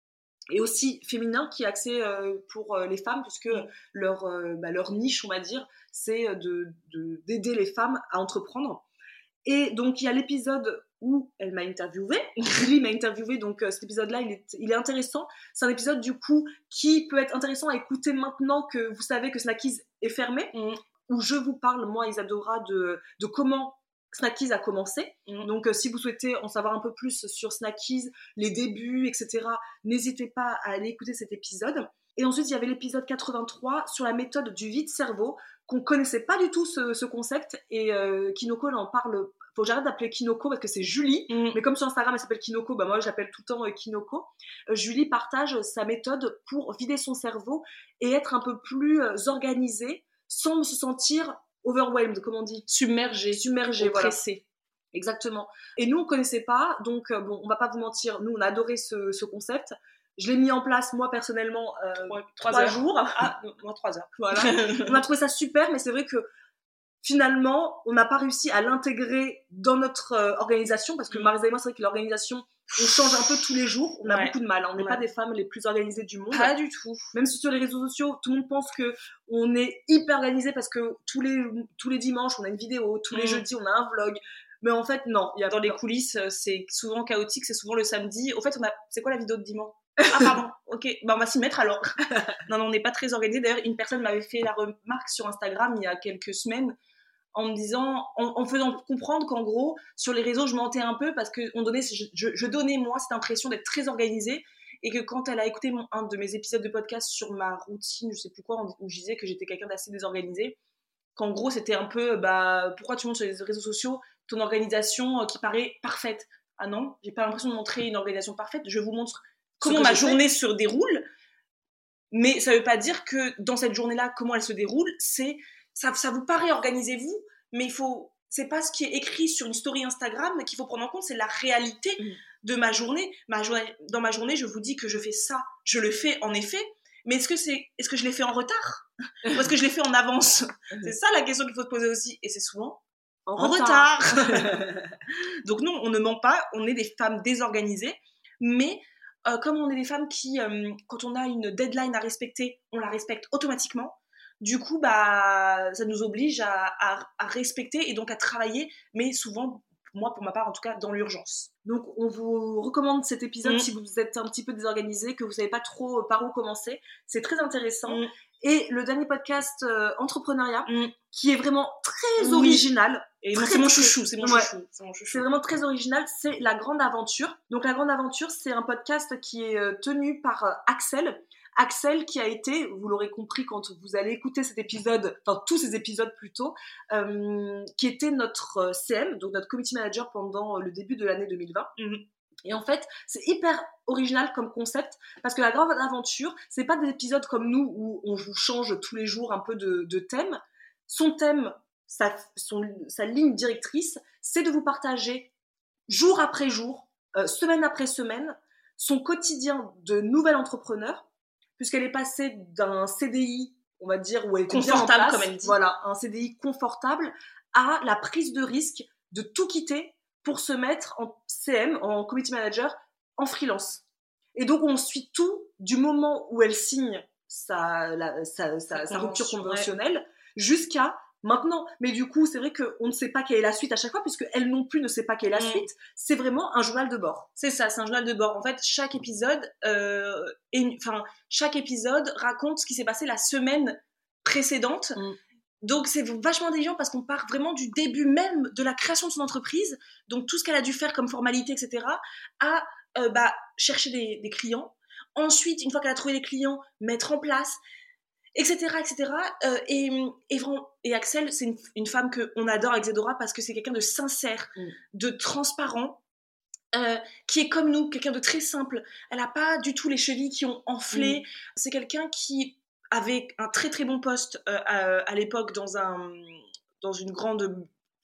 Et aussi féminin, qui est axé euh, pour euh, les femmes, puisque mmh. leur, euh, bah, leur niche, on va dire, c'est de, de, d'aider les femmes à entreprendre. Et donc, il y a l'épisode où elle m'a interviewée, Julie m'a interviewée, donc euh, cet épisode-là, il est, il est intéressant. C'est un épisode, du coup, qui peut être intéressant à écouter maintenant que vous savez que Snackies est fermé, mmh. où je vous parle, moi, Isadora, de, de comment Snackies a commencé. Mmh. Donc, euh, si vous souhaitez en savoir un peu plus sur Snackies, les débuts, et cetera, n'hésitez pas à aller écouter cet épisode. Et ensuite, il y avait l'épisode quatre-vingt-trois sur la méthode du vide-cerveau, qu'on connaissait pas du tout ce, ce concept. Et euh, Kinoko, elle en parle. Faut que j'arrête d'appeler Kinoko parce que c'est Julie. Mmh. Mais comme sur Instagram, elle s'appelle Kinoko, bah moi, j'appelle tout le temps euh, Kinoko. Euh, Julie partage sa méthode pour vider son cerveau et être un peu plus euh, organisée sans se sentir overwhelmed, comme on dit. Submergé. Submergé, oppressé. Voilà. Exactement. Et nous, on connaissait pas, donc euh, bon, on va pas vous mentir, nous, on a adoré ce, ce concept. Je l'ai mis en place, moi, personnellement, euh, trois, trois, trois jours. Ah, moi, trois heures. Voilà. On a trouvé ça super, mais c'est vrai que finalement, on n'a pas réussi à l'intégrer dans notre euh, organisation, parce que mmh. Marisa et moi, c'est vrai que l'organisation, on change un peu tous les jours. On a ouais. beaucoup de mal. On n'est ouais. pas des femmes les plus organisées du monde. Pas du tout. Même si sur les réseaux sociaux, tout le monde pense qu'on est hyper organisé parce que tous les, tous les dimanches, on a une vidéo. Tous mmh. les jeudis, on a un vlog. Mais en fait, non. Il y a dans les coulisses, c'est souvent chaotique. C'est souvent le samedi. Au fait, on a... c'est quoi la vidéo de dimanche ? Ah pardon, ok, bah on va s'y mettre alors. non, non, on n'est pas très organisé. D'ailleurs, une personne m'avait fait la remarque sur Instagram il y a quelques semaines en me disant, en, en faisant comprendre qu'en gros, sur les réseaux, je mentais un peu parce que on donnait, je, je, je donnais moi cette impression d'être très organisée et que quand elle a écouté mon, un de mes épisodes de podcast sur ma routine, je sais plus quoi, où je disais que j'étais quelqu'un d'assez désorganisé, qu'en gros c'était un peu, bah pourquoi tu montres sur les réseaux sociaux ton organisation qui paraît parfaite ? Ah non, j'ai pas l'impression de montrer une organisation parfaite, je vous montre comment ma journée se déroule, mais ça veut pas dire que dans cette journée-là, comment elle se déroule, c'est ça, ça vous paraît organisé vous, mais il faut, c'est pas ce qui est écrit sur une story Instagram qu'il faut prendre en compte, c'est la réalité mmh. de ma journée. Ma journée. Dans ma journée, je vous dis que je fais ça, je le fais en effet, mais est-ce que c'est, est-ce que je l'ai fait en retard ou est-ce que je l'ai fait en avance ? C'est ça la question qu'il faut se poser aussi, et c'est souvent en, en retard. retard. Donc non, on ne ment pas, on est des femmes désorganisées, mais Euh, comme on est des femmes qui, euh, quand on a une deadline à respecter, on la respecte automatiquement. Du coup, bah, ça nous oblige à, à, à respecter et donc à travailler, mais souvent, moi, pour ma part, en tout cas, dans l'urgence. Donc, on vous recommande cet épisode mmh. si vous êtes un petit peu désorganisé, que vous ne savez pas trop par où commencer. C'est très intéressant. Mmh. Et le dernier podcast, euh, Entrepreneuriat, mmh. qui est vraiment très oui. original. Et très, non, c'est, mon très, chouchou, c'est mon ouais. chouchou, c'est mon chouchou. C'est vraiment très original, c'est La Grande Aventure. Donc La Grande Aventure, c'est un podcast qui est euh, tenu par euh, Axel. Axel qui a été, vous l'aurez compris quand vous allez écouter cet épisode, enfin tous ces épisodes plutôt, euh, qui était notre euh, C M, donc notre community manager pendant le début de l'année deux mille vingt. Mmh. Et en fait, c'est hyper original comme concept, parce que La Grande Aventure, c'est pas des épisodes comme nous où on vous change tous les jours un peu de, de thème. Son thème, sa, son, sa ligne directrice, c'est de vous partager jour après jour, euh, semaine après semaine, son quotidien de nouvel entrepreneur, puisqu'elle est passée d'un C D I, on va dire, où elle était confortable, bien en place, comme elle dit. Voilà, un C D I confortable, à la prise de risque de tout quitter pour se mettre en C M, en community manager, en freelance. Et donc, on suit tout du moment où elle signe sa, la, sa, sa, sa rupture conventionnelle ouais. jusqu'à maintenant. Mais du coup, c'est vrai qu'on ne sait pas quelle est la suite à chaque fois, puisqu'elle non plus ne sait pas quelle est la mmh. suite. C'est vraiment un journal de bord. C'est ça, c'est un journal de bord. En fait, chaque épisode, euh, est, enfin, chaque épisode raconte ce qui s'est passé la semaine précédente. Mmh. Donc, c'est vachement intelligent parce qu'on part vraiment du début même de la création de son entreprise, donc tout ce qu'elle a dû faire comme formalité, et cetera, à euh, bah, chercher des, des clients. Ensuite, une fois qu'elle a trouvé des clients, mettre en place, et cetera, et cetera. Euh, et, et, et Axel, c'est une, une femme qu'on adore avec Isadora parce que c'est quelqu'un de sincère, mmh. de transparent, euh, qui est comme nous, quelqu'un de très simple. Elle n'a pas du tout les chevilles qui ont enflé. Mmh. C'est quelqu'un qui avait un très très bon poste euh, à, à l'époque dans, un, dans une grande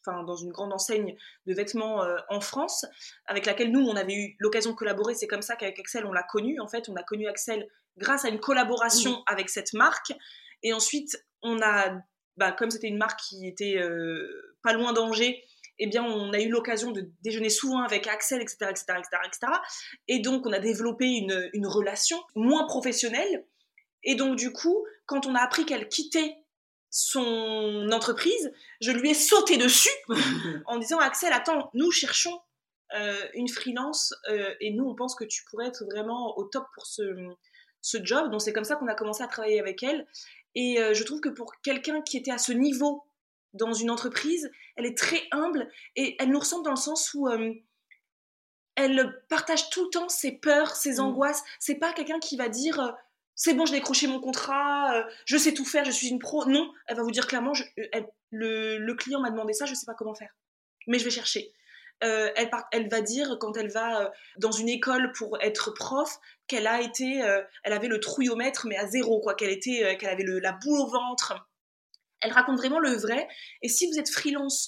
enfin, dans une grande enseigne de vêtements euh, en France, avec laquelle nous, on avait eu l'occasion de collaborer. C'est comme ça qu'avec Axel, on l'a connu. En fait, on a connu Axel grâce à une collaboration mmh. avec cette marque. Et ensuite, on a, bah, comme c'était une marque qui était euh, pas loin d'Angers, eh bien, on a eu l'occasion de déjeuner souvent avec Axel, et cetera, et cetera, et cetera, et cetera. Et donc, on a développé une, une relation moins professionnelle. Et donc, du coup, quand on a appris qu'elle quittait son entreprise, je lui ai sauté dessus en disant « Axel, attends, nous cherchons euh, une freelance euh, et nous, on pense que tu pourrais être vraiment au top pour ce, ce job. » Donc, c'est comme ça qu'on a commencé à travailler avec elle. Et euh, je trouve que pour quelqu'un qui était à ce niveau dans une entreprise, elle est très humble et elle nous ressemble dans le sens où euh, elle partage tout le temps ses peurs, ses mmh. angoisses. C'est pas quelqu'un qui va dire euh, c'est bon, j'ai décroché mon contrat, euh, je sais tout faire, je suis une pro. Non, elle va vous dire clairement je, elle, le, le client m'a demandé ça, je sais pas comment faire, mais je vais chercher. Euh, elle, part, elle va dire quand elle va euh, dans une école pour être prof qu'elle a été, euh, elle avait le trouillomètre mais à zéro quoi, qu'elle était, euh, qu'elle avait le, la boule au ventre. Elle raconte vraiment le vrai. Et si vous êtes freelance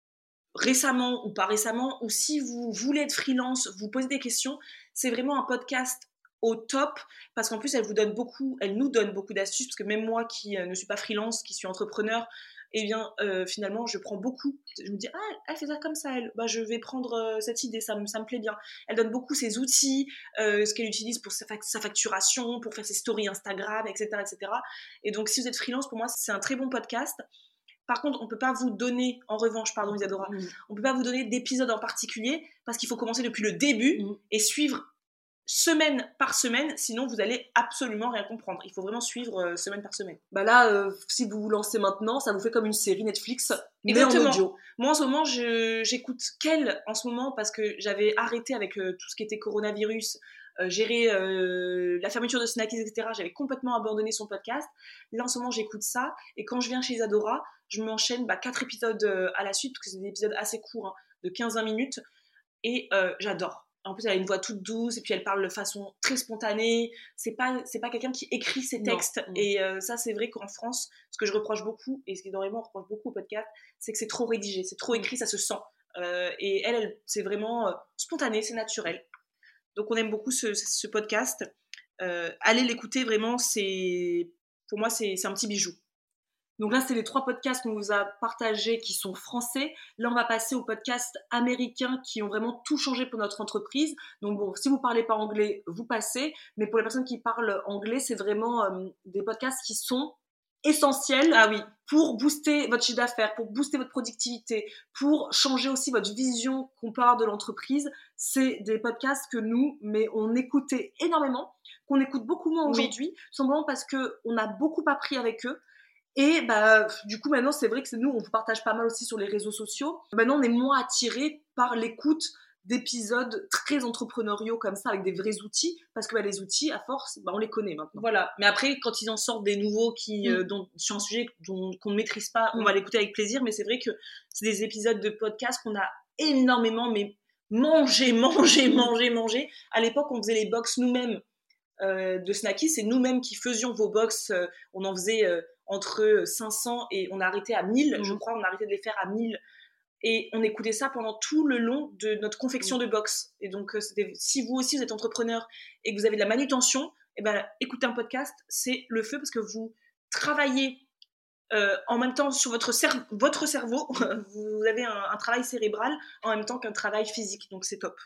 récemment ou pas récemment, ou si vous voulez être freelance, vous posez des questions, c'est vraiment un podcast au top, parce qu'en plus elle vous donne beaucoup, elle nous donne beaucoup d'astuces, parce que même moi qui euh, ne suis pas freelance, qui suis entrepreneur, eh bien euh, finalement je prends beaucoup, je me dis ah elle fait ça comme ça elle, bah je vais prendre euh, cette idée, ça me, ça me plaît bien. Elle donne beaucoup ses outils, euh, ce qu'elle utilise pour sa, sa facturation, pour faire ses stories Instagram, etc., etc. Et donc si vous êtes freelance, pour moi c'est un très bon podcast. Par contre, on ne peut pas vous donner, en revanche, pardon Isadora, mmh. on ne peut pas vous donner d'épisode en particulier, parce qu'il faut commencer depuis le début mmh. et suivre semaine par semaine, sinon vous allez absolument rien comprendre. Il faut vraiment suivre euh, semaine par semaine. Bah là, euh, si vous vous lancez maintenant, ça vous fait comme une série Netflix, mais exactement. En audio. Moi, en ce moment, je, j'écoute Kel en ce moment parce que j'avais arrêté avec euh, tout ce qui était coronavirus, euh, gérer euh, la fermeture de Snackies, et cetera. J'avais complètement abandonné son podcast. Là, en ce moment, j'écoute ça. Et quand je viens chez Isadora, je m'enchaîne bah, quatre épisodes euh, à la suite, parce que c'est des épisodes assez courts, hein, de quinze à vingt minutes. Et euh, j'adore. En plus, elle a une voix toute douce et puis elle parle de façon très spontanée. C'est pas, c'est pas quelqu'un qui écrit ses textes. Non. Et euh, ça, c'est vrai qu'en France, ce que je reproche beaucoup, et ce qui énormément on reproche beaucoup au podcast, c'est que c'est trop rédigé, c'est trop écrit, ça se sent. Euh, et elle, elle, c'est vraiment euh, spontané, c'est naturel. Donc, on aime beaucoup ce, ce podcast. Euh, allez l'écouter, vraiment, c'est, pour moi, c'est, c'est un petit bijou. Donc là, c'est les trois podcasts qu'on vous a partagés qui sont français. Là, on va passer aux podcasts américains qui ont vraiment tout changé pour notre entreprise. Donc bon, si vous parlez pas anglais, vous passez. Mais pour les personnes qui parlent anglais, c'est vraiment euh, des podcasts qui sont essentiels ah oui. pour booster votre chiffre d'affaires, pour booster votre productivité, pour changer aussi votre vision qu'on peut avoir de l'entreprise. C'est des podcasts que nous, mais on écoutait énormément, qu'on écoute beaucoup moins aujourd'hui, oui. Simplement parce qu'on a beaucoup appris avec eux. Et bah, du coup, maintenant, c'est vrai que c'est nous, on vous partage pas mal aussi sur les réseaux sociaux. Maintenant, on est moins attirés par l'écoute d'épisodes très entrepreneuriaux comme ça, avec des vrais outils, parce que bah, les outils, à force, bah, on les connaît maintenant. Voilà. Mais après, quand ils en sortent des nouveaux qui, mm. euh, dont, sur un sujet dont, qu'on ne maîtrise pas, mm. on va l'écouter avec plaisir. Mais c'est vrai que c'est des épisodes de podcast qu'on a énormément, mais mangé, mangé, mangé, mangé. À l'époque, on faisait les box nous-mêmes euh, de Snackies. C'est nous-mêmes qui faisions vos box. Euh, on en faisait... Euh, entre cinq cents et on a arrêté à mille, mmh. je crois, on a arrêté de les faire à mille. Et on écoutait ça pendant tout le long de notre confection mmh. de box. Et donc, c'était, si vous aussi, vous êtes entrepreneur et que vous avez de la manutention, eh ben, écouter un podcast, c'est le feu parce que vous travaillez euh, en même temps sur votre, cer- votre cerveau. Vous avez un, un travail cérébral en même temps qu'un travail physique. Donc, c'est top.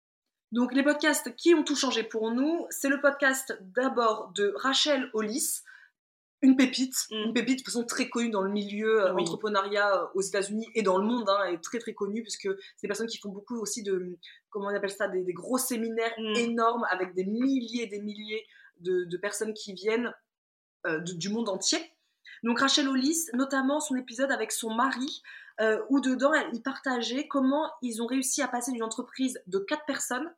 Donc, les podcasts qui ont tout changé pour nous, c'est le podcast d'abord de Rachel Hollis, une pépite, mm. une pépite de toute façon très connue dans le milieu euh, oui. entrepreneuriat aux États-Unis et dans le monde, hein, elle est très très connue puisque c'est des personnes qui font beaucoup aussi de, comment on appelle ça, des, des gros séminaires mm. énormes avec des milliers et des milliers de, de personnes qui viennent euh, de, du monde entier. Donc Rachel Hollis, notamment son épisode avec son mari, euh, où dedans il partageait comment ils ont réussi à passer d'une entreprise de quatre personnes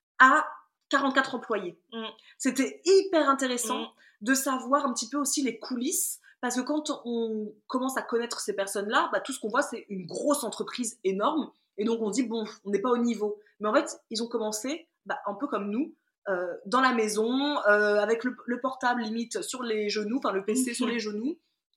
à quarante-quatre employés. Mm. C'était hyper intéressant. Mm. de savoir un petit peu aussi les coulisses, parce que quand on commence à connaître ces personnes-là, bah, tout ce qu'on voit, c'est une grosse entreprise énorme, et donc on dit, bon, on n'est pas au niveau. Mais en fait, ils ont commencé, bah, un peu comme nous, euh, dans la maison, euh, avec le, le portable limite sur les genoux, enfin le P C mmh. sur les genoux,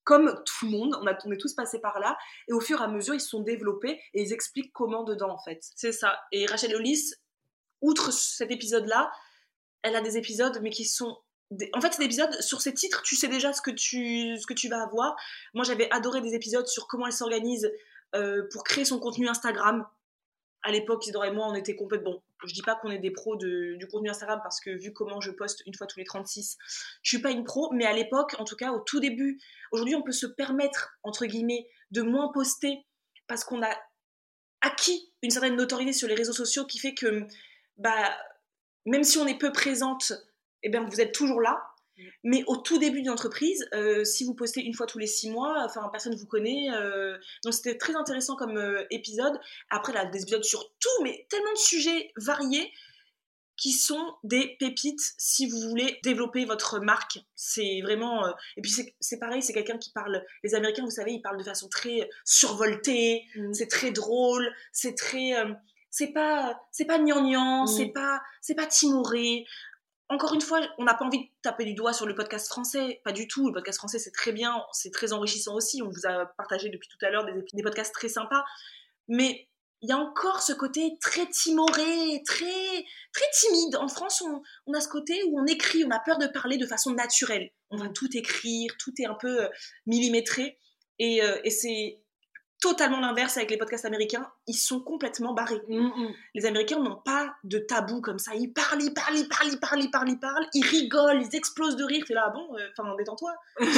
comme tout le monde, on, a, on est tous passés par là, et au fur et à mesure, ils se sont développés, et ils expliquent comment dedans, en fait. C'est ça. Et Rachel Hollis, outre cet épisode-là, elle a des épisodes, mais qui sont... Des... En fait, c'est des épisodes, sur ces titres, tu sais déjà ce que tu, ce que tu vas avoir. Moi, j'avais adoré des épisodes sur comment elle s'organise euh, pour créer son contenu Instagram. À l'époque, Isidore et moi, on était complètement... Bon, je dis pas qu'on est des pros de, du contenu Instagram, parce que vu comment je poste une fois tous les trente-six, je suis pas une pro, mais à l'époque, en tout cas, au tout début, aujourd'hui, on peut se permettre, entre guillemets, de moins poster, parce qu'on a acquis une certaine notoriété sur les réseaux sociaux qui fait que, bah, même si on est peu présente, eh bien, vous êtes toujours là. Mais au tout début d'une entreprise, euh, si vous postez une fois tous les six mois, enfin personne ne vous connaît. Euh, donc c'était très intéressant comme euh, épisode. Après, là, des épisodes sur tout, mais tellement de sujets variés qui sont des pépites si vous voulez développer votre marque. C'est vraiment... Euh, et puis c'est, c'est pareil, c'est quelqu'un qui parle... Les Américains, vous savez, ils parlent de façon très survoltée, mmh. c'est très drôle, c'est très... Euh, c'est pas, c'est pas gnangnan, mmh. c'est pas, c'est pas timoré. Encore une fois, on n'a pas envie de taper du doigt sur le podcast français, pas du tout. Le podcast français, c'est très bien, c'est très enrichissant aussi. On vous a partagé depuis tout à l'heure des, des podcasts très sympas. Mais il y a encore ce côté très timoré, très, très timide. En France, on, on a ce côté où on écrit, on a peur de parler de façon naturelle. On va tout écrire, tout est un peu euh, millimétré. Et, euh, et c'est totalement l'inverse avec les podcasts américains. Ils sont complètement barrés. Mm-hmm. Les Américains n'ont pas de tabou comme ça. Ils parlent, ils parlent, ils parlent, ils parlent, ils parlent, ils parlent. Ils rigolent, ils explosent de rire. T'es là, bon, enfin, euh, détends-toi.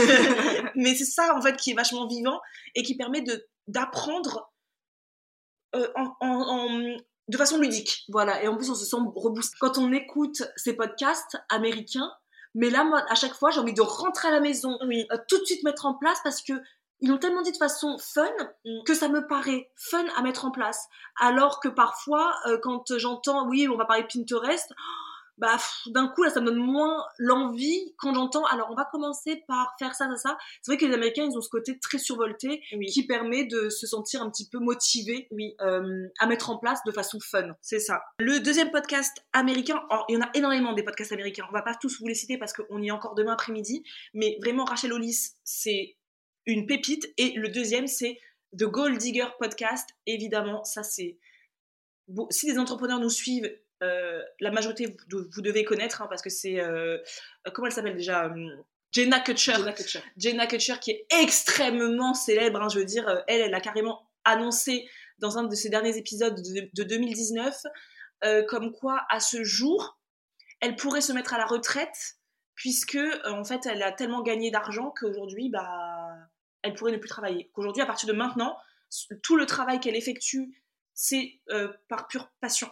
Mais c'est ça, en fait, qui est vachement vivant et qui permet de, d'apprendre euh, en, en, en, de façon ludique. Voilà, et en plus, on se sent reboosté. Quand on écoute ces podcasts américains, mais là, moi, à chaque fois, j'ai envie de rentrer à la maison, oui. euh, tout de suite mettre en place parce que ils l'ont tellement dit de façon fun que ça me paraît fun à mettre en place. Alors que parfois, euh, quand j'entends, oui, on va parler de Pinterest, bah, pff, d'un coup, là, ça me donne moins l'envie quand j'entends, alors on va commencer par faire ça, ça, ça. C'est vrai que les Américains, ils ont ce côté très survolté oui. qui permet de se sentir un petit peu motivé oui. euh, à mettre en place de façon fun. C'est ça. Le deuxième podcast américain, alors, il y en a énormément des podcasts américains. On va pas tous vous les citer parce qu'on y est encore demain après-midi, mais vraiment, Rachel Hollis, c'est une pépite. Et le deuxième, c'est The Gold Digger Podcast. Évidemment, ça c'est... Bon, si des entrepreneurs nous suivent, euh, la majorité, vous, vous devez connaître, hein, parce que c'est... Euh, comment elle s'appelle déjà euh, Jenna Kutcher. Jenna Kutcher. Jenna Kutcher, qui est extrêmement célèbre. Hein, je veux dire, elle, elle a carrément annoncé dans un de ses derniers épisodes de, de deux mille dix-neuf, euh, comme quoi, à ce jour, elle pourrait se mettre à la retraite, puisque, euh, en fait, elle a tellement gagné d'argent qu'aujourd'hui, bah... elle pourrait ne plus travailler. Qu'aujourd'hui, à partir de maintenant, tout le travail qu'elle effectue, c'est euh, par pure passion.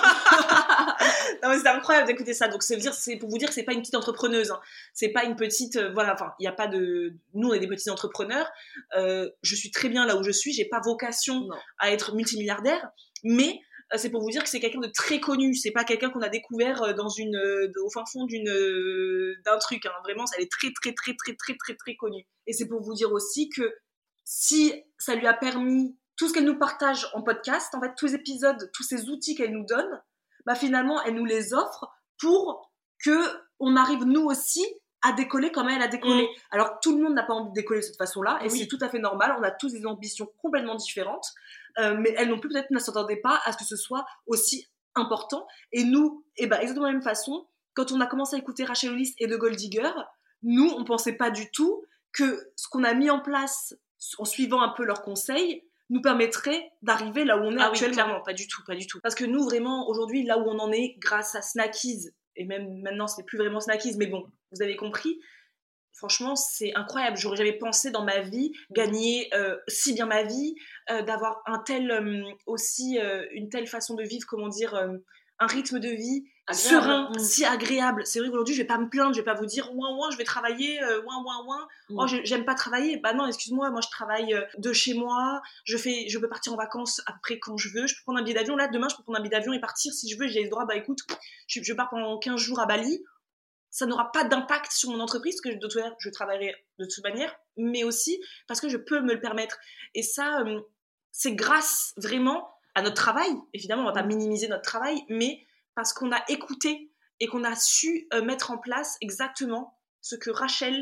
Non, mais c'est incroyable d'écouter ça. Donc, c'est, dire, c'est pour vous dire que c'est pas une petite entrepreneuse. Hein. C'est pas une petite... Euh, voilà, enfin, il n'y a pas de... Nous, on est des petits entrepreneurs. Euh, je suis très bien là où je suis. J'ai pas vocation non. à être multimilliardaire. Mais euh, c'est pour vous dire que c'est quelqu'un de très connu. C'est pas quelqu'un qu'on a découvert dans une, euh, au fin fond d'une, euh, d'un truc. Hein. Vraiment, elle est très, très, très, très, très, très, très connue. Et c'est pour vous dire aussi que si ça lui a permis tout ce qu'elle nous partage en podcast, en fait, tous les épisodes, tous ces outils qu'elle nous donne, bah finalement, elle nous les offre pour qu'on arrive, nous aussi, à décoller comme elle a décollé. Mmh. Alors, tout le monde n'a pas envie de décoller de cette façon-là, et oui. c'est tout à fait normal. On a tous des ambitions complètement différentes, euh, mais elle non plus, peut-être, ne s'attendait pas à ce que ce soit aussi important. Et nous, eh ben, exactement de la même façon, quand on a commencé à écouter Rachel Hollis et The Gold Digger, nous, on pensait pas du tout que ce qu'on a mis en place en suivant un peu leurs conseils nous permettrait d'arriver là où on est ah actuellement. Oui, clairement, pas du tout, pas du tout. Parce que nous, vraiment, aujourd'hui, là où on en est, grâce à Snackies, et même maintenant, c'est plus vraiment Snackies, mais bon, vous avez compris, franchement, c'est incroyable. J'aurais jamais pensé dans ma vie gagner euh, si bien ma vie, euh, d'avoir un tel, euh, aussi, euh, une telle façon de vivre, comment dire, euh, un rythme de vie agréable. Serein, mmh. si agréable. C'est vrai qu'aujourd'hui, je vais pas me plaindre, je vais pas vous dire ouin ouin, je vais travailler, euh, ouin ouin ouin. Mmh. Oh, je, j'aime pas travailler. Bah non, excuse-moi, moi je travaille euh, de chez moi. Je fais, je peux partir en vacances après quand je veux. Je peux prendre un billet d'avion. Là, demain, je peux prendre un billet d'avion et partir si je veux. J'ai le droit. Bah écoute, je, je pars pendant quinze jours à Bali. Ça n'aura pas d'impact sur mon entreprise, parce que de toute manière, je travaillerai de toute manière, mais aussi parce que je peux me le permettre. Et ça, euh, c'est grâce vraiment à notre travail. Évidemment, on va pas minimiser notre travail, mais parce qu'on a écouté et qu'on a su euh, mettre en place exactement ce que Rachel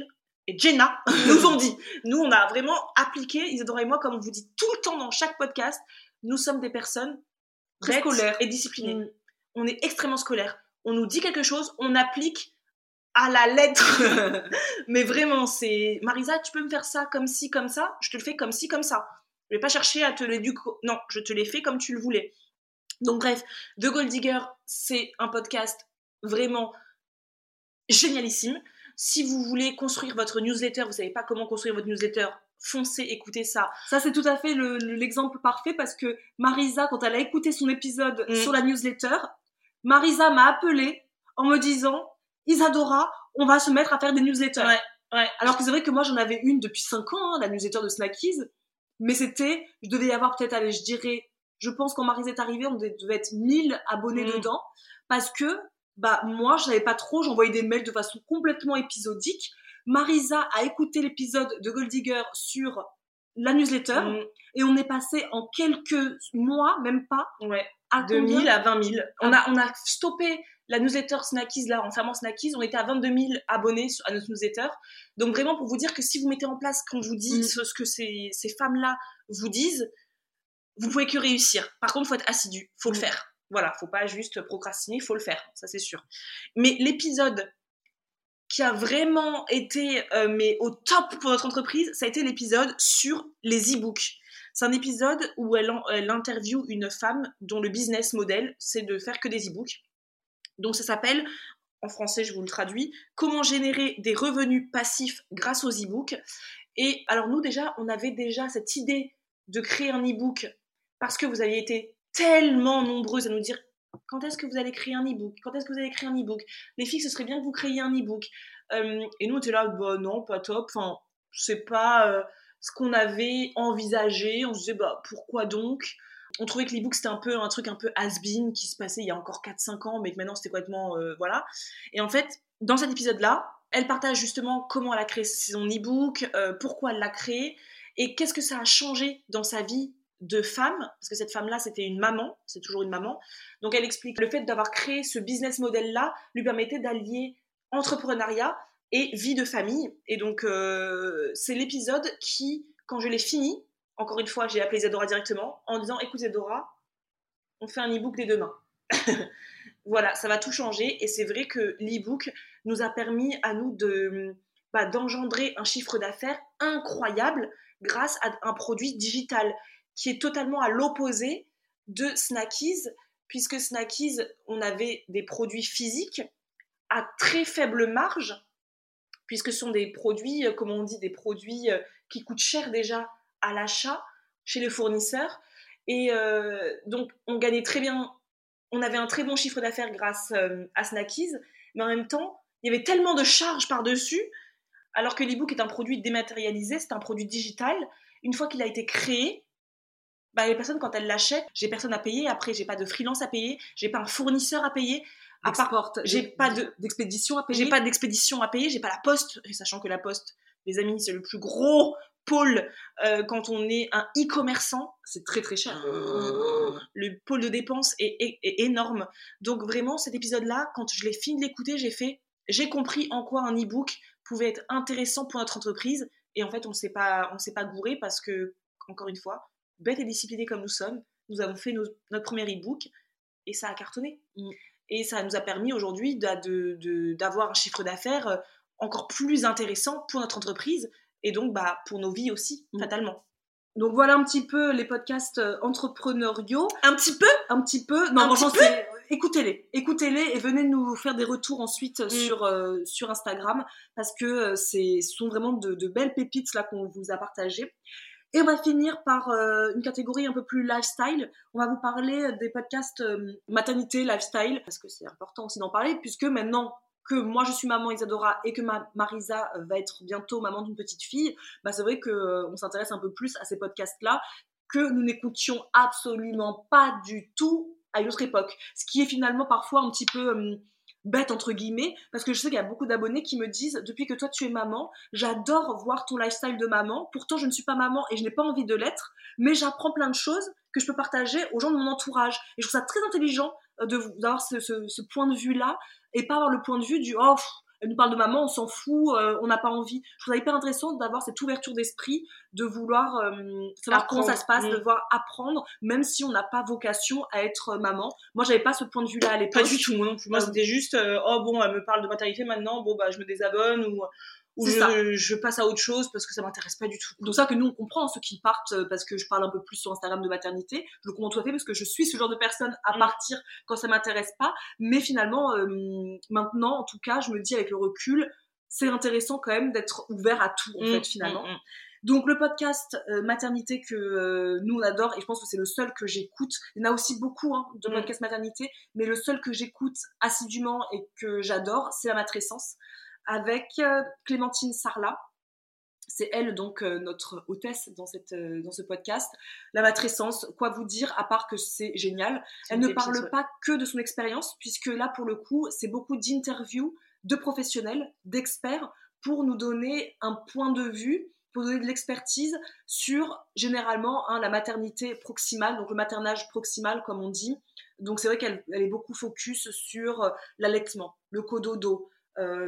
et Jenna nous ont dit. Nous, on a vraiment appliqué, Isadora et moi, comme on vous dit tout le temps dans chaque podcast, nous sommes des personnes très scolaires et disciplinées. Mmh. On est extrêmement scolaires. On nous dit quelque chose, on applique à la lettre. Mais vraiment, c'est... Marisa, tu peux me faire ça comme ci, comme ça ? Je te le fais comme ci, comme ça. Je vais pas chercher à te l'éduquer. Non, je te l'ai fait comme tu le voulais. Donc bref, The Gold Digger, c'est un podcast vraiment génialissime. Si vous voulez construire votre newsletter, vous savez pas comment construire votre newsletter, foncez, écoutez ça. Ça, c'est tout à fait le, le, l'exemple parfait parce que Marisa, quand elle a écouté son épisode mmh. sur la newsletter, Marisa m'a appelée en me disant « Isadora, on va se mettre à faire des newsletters. Ouais, ». Ouais. Alors que c'est vrai que moi, j'en avais une depuis cinq ans, hein, la newsletter de Snackies, mais c'était, je devais y avoir peut-être, allez, je dirais, je pense quand Marisa est arrivée, on devait être mille abonnés mmh. dedans parce que bah moi je savais pas trop, j'envoyais des mails de façon complètement épisodique. Marisa a écouté l'épisode de Gold Digger sur la newsletter mmh. et on est passé en quelques mois, même pas, ouais. à de mille à vingt mille. On a, on a stoppé la newsletter Snackies là en fermant Snackies, on était à vingt-deux mille abonnés à notre newsletter. Donc vraiment pour vous dire que si vous mettez en place ce qu'on vous dit, mmh. ce, ce que ces, ces femmes là vous disent, vous pouvez que réussir. Par contre, il faut être assidu, faut mmh. le faire. Voilà, faut pas juste procrastiner, faut le faire, ça c'est sûr. Mais l'épisode qui a vraiment été euh, mais au top pour notre entreprise, ça a été l'épisode sur les e-books. C'est un épisode où elle, en, elle interviewe une femme dont le business model, c'est de faire que des e-books. Donc ça s'appelle, en français je vous le traduis, « Comment générer des revenus passifs grâce aux e-books ». Et alors nous déjà, on avait déjà cette idée de créer un e-book parce que vous aviez été tellement nombreuses à nous dire quand est-ce que vous allez créer un e-book, quand est-ce que vous allez créer un e-book, les filles ce serait bien que vous créiez un e-book euh, et nous on était là bah non pas top, enfin c'est pas euh, ce qu'on avait envisagé, on se disait bah pourquoi donc, on trouvait que l'e-book c'était un peu un truc un peu has-been qui se passait il y a encore quatre cinq ans mais que maintenant c'était complètement euh, voilà. Et en fait dans cet épisode là elle partage justement comment elle a créé son e-book, euh, pourquoi elle l'a créé et qu'est-ce que ça a changé dans sa vie de femme, parce que cette femme-là, c'était une maman, c'est toujours une maman. Donc, elle explique le fait d'avoir créé ce business model-là lui permettait d'allier entrepreneuriat et vie de famille. Et donc, euh, c'est l'épisode qui, quand je l'ai fini, encore une fois, j'ai appelé Isadora directement en disant « Écoute Isadora, on fait un e-book dès demain. » Voilà, ça va tout changer. Et c'est vrai que l'e-book nous a permis à nous de, bah, d'engendrer un chiffre d'affaires incroyable grâce à un produit digital qui est totalement à l'opposé de Snackies, puisque Snackies, on avait des produits physiques à très faible marge, puisque ce sont des produits, comme on dit, des produits qui coûtent cher déjà à l'achat chez les fournisseurs. Et euh, donc, on gagnait très bien, on avait un très bon chiffre d'affaires grâce euh, à Snackies, mais en même temps, il y avait tellement de charges par-dessus, alors que l'e-book est un produit dématérialisé, c'est un produit digital. Une fois qu'il a été créé, bah, les personnes, quand elles l'achètent, j'ai personne à payer. Après, j'ai pas de freelance à payer. J'ai pas un fournisseur à payer. À part, j'ai pas de, d'expédition à payer. J'ai pas d'expédition à payer. J'ai pas la poste. Et sachant que la poste, les amis, c'est le plus gros pôle euh, quand on est un e-commerçant. C'est très, très cher. Mmh. Le pôle de dépenses est, est, est énorme. Donc, vraiment, cet épisode-là, quand je l'ai fini de l'écouter, j'ai fait, j'ai compris en quoi un e-book pouvait être intéressant pour notre entreprise. Et en fait, on s'est pas, on s'est pas gouré parce que, encore une fois, bêtes et disciplinés comme nous sommes, nous avons fait nos, notre premier e-book et ça a cartonné. Mmh. Et ça nous a permis aujourd'hui de, de, de, d'avoir un chiffre d'affaires encore plus intéressant pour notre entreprise et donc bah, pour nos vies aussi, mmh. fatalement. Donc voilà un petit peu les podcasts entrepreneuriaux. Un petit peu Un petit peu. Non, un franchement, petit peu c'est... écoutez-les. Écoutez-les et venez nous faire des retours ensuite mmh. sur, euh, sur Instagram parce que euh, c'est, ce sont vraiment de, de belles pépites là, qu'on vous a partagées. Et on va finir par euh, une catégorie un peu plus lifestyle. On va vous parler des podcasts euh, maternité, lifestyle, parce que c'est important aussi d'en parler, puisque maintenant que moi je suis maman Isadora et que ma Marisa va être bientôt maman d'une petite fille, bah c'est vrai qu'on euh, s'intéresse un peu plus à ces podcasts-là que nous n'écoutions absolument pas du tout à une autre époque. Ce qui est finalement parfois un petit peu... Euh, bête entre guillemets, parce que je sais qu'il y a beaucoup d'abonnés qui me disent depuis que toi tu es maman, j'adore voir ton lifestyle de maman, pourtant je ne suis pas maman et je n'ai pas envie de l'être, mais j'apprends plein de choses que je peux partager aux gens de mon entourage et je trouve ça très intelligent de, d'avoir ce, ce, ce point de vue là et pas avoir le point de vue du oh pff, elle nous parle de maman, on s'en fout, euh, on n'a pas envie. Je trouve ça hyper intéressant d'avoir cette ouverture d'esprit, de vouloir euh, savoir apprendre. Comment ça se passe, mmh. de vouloir apprendre, même si on n'a pas vocation à être maman. Moi, j'avais pas ce point de vue-là à l'époque. Pas du tout, moi non plus. Moi, euh, c'était juste, euh, oh bon, elle me parle de maternité maintenant, bon bah je me désabonne ou... ou je, je passe à autre chose parce que ça m'intéresse pas du tout. Donc ça que nous on comprend, ceux qui partent parce que je parle un peu plus sur Instagram de maternité, je le comprends tout à fait parce que je suis ce genre de personne à mmh. partir quand ça m'intéresse pas, mais finalement euh, maintenant en tout cas je me dis avec le recul c'est intéressant quand même d'être ouvert à tout en mmh. fait finalement. Mmh. Donc le podcast euh, maternité que euh, nous on adore et je pense que c'est le seul que j'écoute, il y en a aussi beaucoup hein, de mmh. podcasts maternité, mais le seul que j'écoute assidûment et que j'adore c'est la matrescence avec euh, Clémentine Sarlat. C'est elle donc euh, notre hôtesse dans, cette, euh, dans ce podcast. La matrescence, quoi vous dire à part que c'est génial. C'est elle ne parle ouais. pas que de son expérience puisque là pour le coup c'est beaucoup d'interviews de professionnels, d'experts pour nous donner un point de vue, pour donner de l'expertise sur généralement hein, la maternité proximale, donc le maternage proximal comme on dit. Donc c'est vrai qu'elle elle est beaucoup focus sur euh, l'allaitement, le cododo, Euh,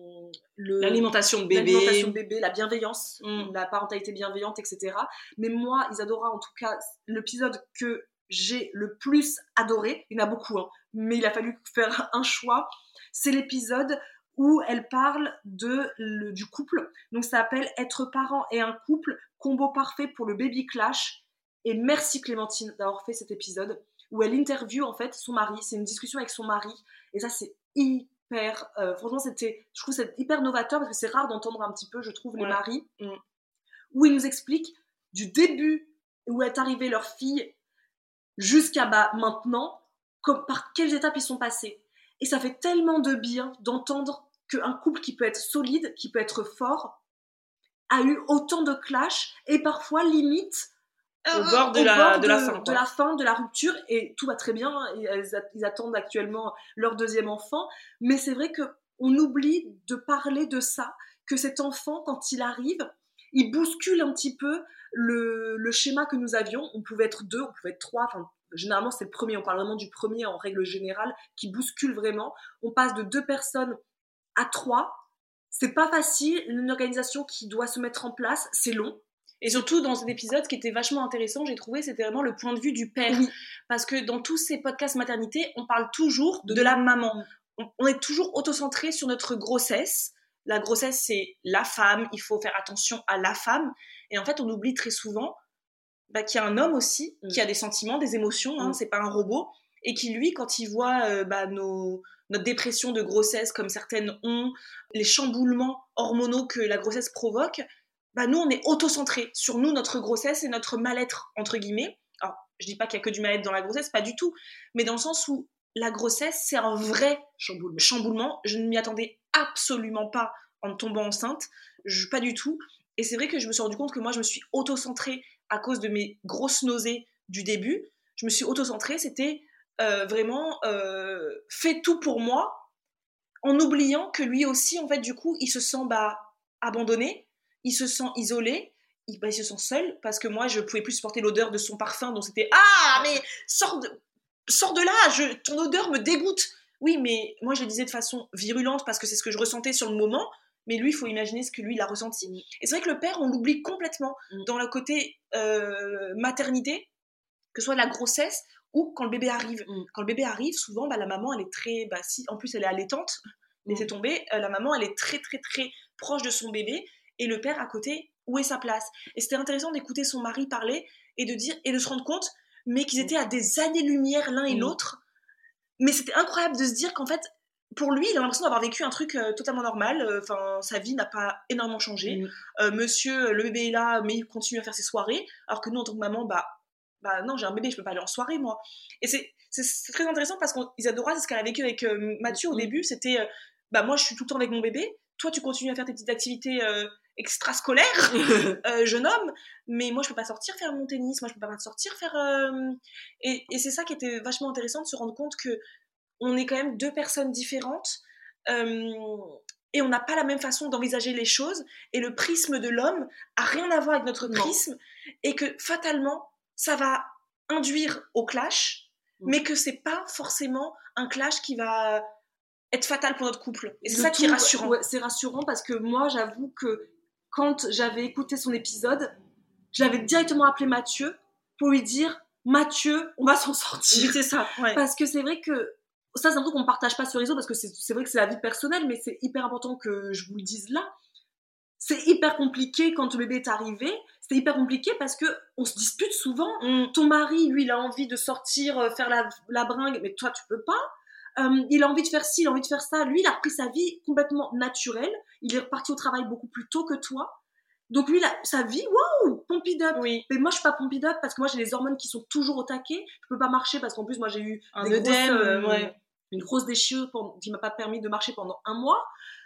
le, l'alimentation de bébé, l'alimentation de bébé, la bienveillance, mm. la parentalité bienveillante, et cetera. Mais moi, Isadora, en tout cas, l'épisode que j'ai le plus adoré, il y en a beaucoup, hein, mais il a fallu faire un choix, c'est l'épisode où elle parle de, le, du couple. Donc ça s'appelle « Être parent et un couple, combo parfait pour le baby clash ». Et merci Clémentine d'avoir fait cet épisode où elle interviewe en fait son mari. C'est une discussion avec son mari. Et ça, c'est hyper... Euh, franchement, c'était, je trouve que c'est hyper novateur parce que c'est rare d'entendre un petit peu, je trouve, les ouais. maris. Mm. Où ils nous expliquent du début où est arrivée leur fille jusqu'à bah, maintenant, comme, par quelles étapes ils sont passés. Et ça fait tellement de bien d'entendre qu'un couple qui peut être solide, qui peut être fort, a eu autant de clashs et parfois limite au bord de, au la, bord de, de, la fin, de la fin, de la rupture, et tout va très bien. Ils attendent actuellement leur deuxième enfant, mais c'est vrai qu'on oublie de parler de ça, que cet enfant, quand il arrive, il bouscule un petit peu le, le schéma que nous avions. On pouvait être deux, on pouvait être trois, enfin, généralement c'est le premier, on parle vraiment du premier en règle générale, qui bouscule vraiment. On passe de deux personnes à trois, c'est pas facile, une organisation qui doit se mettre en place, c'est long. Et surtout, dans cet épisode, ce qui était vachement intéressant, j'ai trouvé, c'était vraiment le point de vue du père. Oui. Parce que dans tous ces podcasts maternité, on parle toujours de, de la maman. On, on est toujours autocentré sur notre grossesse. La grossesse, c'est la femme. Il faut faire attention à la femme. Et en fait, on oublie très souvent bah, qu'il y a un homme aussi, mmh. qui a des sentiments, des émotions. Hein, mmh. C'est pas un robot. Et qui, lui, quand il voit euh, bah, nos, notre dépression de grossesse, comme certaines ont, les chamboulements hormonaux que la grossesse provoque, bah nous, on est auto-centré sur nous, notre grossesse et notre mal-être, entre guillemets. Alors, je dis pas qu'il y a que du mal-être dans la grossesse, pas du tout, mais dans le sens où la grossesse, c'est un vrai chamboulement. chamboulement. Je ne m'y attendais absolument pas en tombant enceinte, je, pas du tout. Et c'est vrai que je me suis rendu compte que moi, je me suis auto-centrée à cause de mes grosses nausées du début. Je me suis auto-centrée, c'était euh, vraiment euh, fait tout pour moi, en oubliant que lui aussi, en fait, du coup, il se sent bah, abandonné. Il se sent isolé, il, bah, il se sent seul, parce que moi, je pouvais plus supporter l'odeur de son parfum, donc c'était « Ah, mais sors de, sors de là, je, ton odeur me dégoûte !» Oui, mais moi, je le disais de façon virulente, parce que c'est ce que je ressentais sur le moment, mais lui, il faut imaginer ce que lui, il a ressenti. Mmh. Et c'est vrai que le père, on l'oublie complètement mmh. dans le côté euh, maternité, que ce soit la grossesse ou quand le bébé arrive. Mmh. Quand le bébé arrive, souvent, bah, la maman, elle est très... Bah, si, en plus, elle est allaitante, mmh. laissez tomber, euh, la maman, elle est très, très, très proche de son bébé, et le père à côté, où est sa place? Et c'était intéressant d'écouter son mari parler et de dire et de se rendre compte, mais qu'ils étaient à des années-lumière l'un et mmh. l'autre. Mais c'était incroyable de se dire qu'en fait, pour lui, il a l'impression d'avoir vécu un truc euh, totalement normal. Enfin, euh, sa vie n'a pas énormément changé. Mmh. Euh, monsieur, le bébé est là, mais il continue à faire ses soirées. Alors que nous, en tant que maman, bah, bah non, j'ai un bébé, je peux pas aller en soirée, moi. Et c'est, c'est, c'est très intéressant parce qu'Isadora, c'est ce qu'elle a vécu avec euh, Mathieu mmh. au début. C'était, euh, bah moi, je suis tout le temps avec mon bébé. Toi, tu continues à faire tes petites activités euh, extrascolaires, euh, jeune homme, mais moi, je peux pas sortir faire mon tennis, moi, je peux pas sortir faire... Euh... Et, et c'est ça qui était vachement intéressant, de se rendre compte que on est quand même deux personnes différentes, euh, et on n'a pas la même façon d'envisager les choses, et le prisme de l'homme a rien à voir avec notre prisme, non. Et que, fatalement, ça va induire au clash, mmh. mais que c'est pas forcément un clash qui va... être fatal pour notre couple. Et c'est de ça tout, qui est rassurant. Ouais, c'est rassurant parce que moi, j'avoue que quand j'avais écouté son épisode, j'avais directement appelé Mathieu pour lui dire « Mathieu, on va s'en sortir ». Oui, c'est ça, ouais. Parce que c'est vrai que ça, c'est un truc qu'on ne partage pas sur les réseaux parce que c'est, c'est vrai que c'est la vie personnelle, mais c'est hyper important que je vous le dise là. C'est hyper compliqué quand ton bébé est arrivé. C'est hyper compliqué parce qu'on se dispute souvent. Mm. Ton mari, lui, il a envie de sortir, faire la, la bringue, mais toi, tu peux pas. Euh, il a envie de faire ci, il a envie de faire ça. Lui, il a repris sa vie complètement naturelle. Il est reparti au travail beaucoup plus tôt que toi. Donc lui, là, sa vie, waouh, pumped up. Oui. Mais moi, je suis pas pumped up parce que moi, j'ai les hormones qui sont toujours au taquet. Je peux pas marcher parce qu'en plus, moi, j'ai eu un des grosses, euh, ouais. une grosse déchirure pour, qui m'a pas permis de marcher pendant un mois.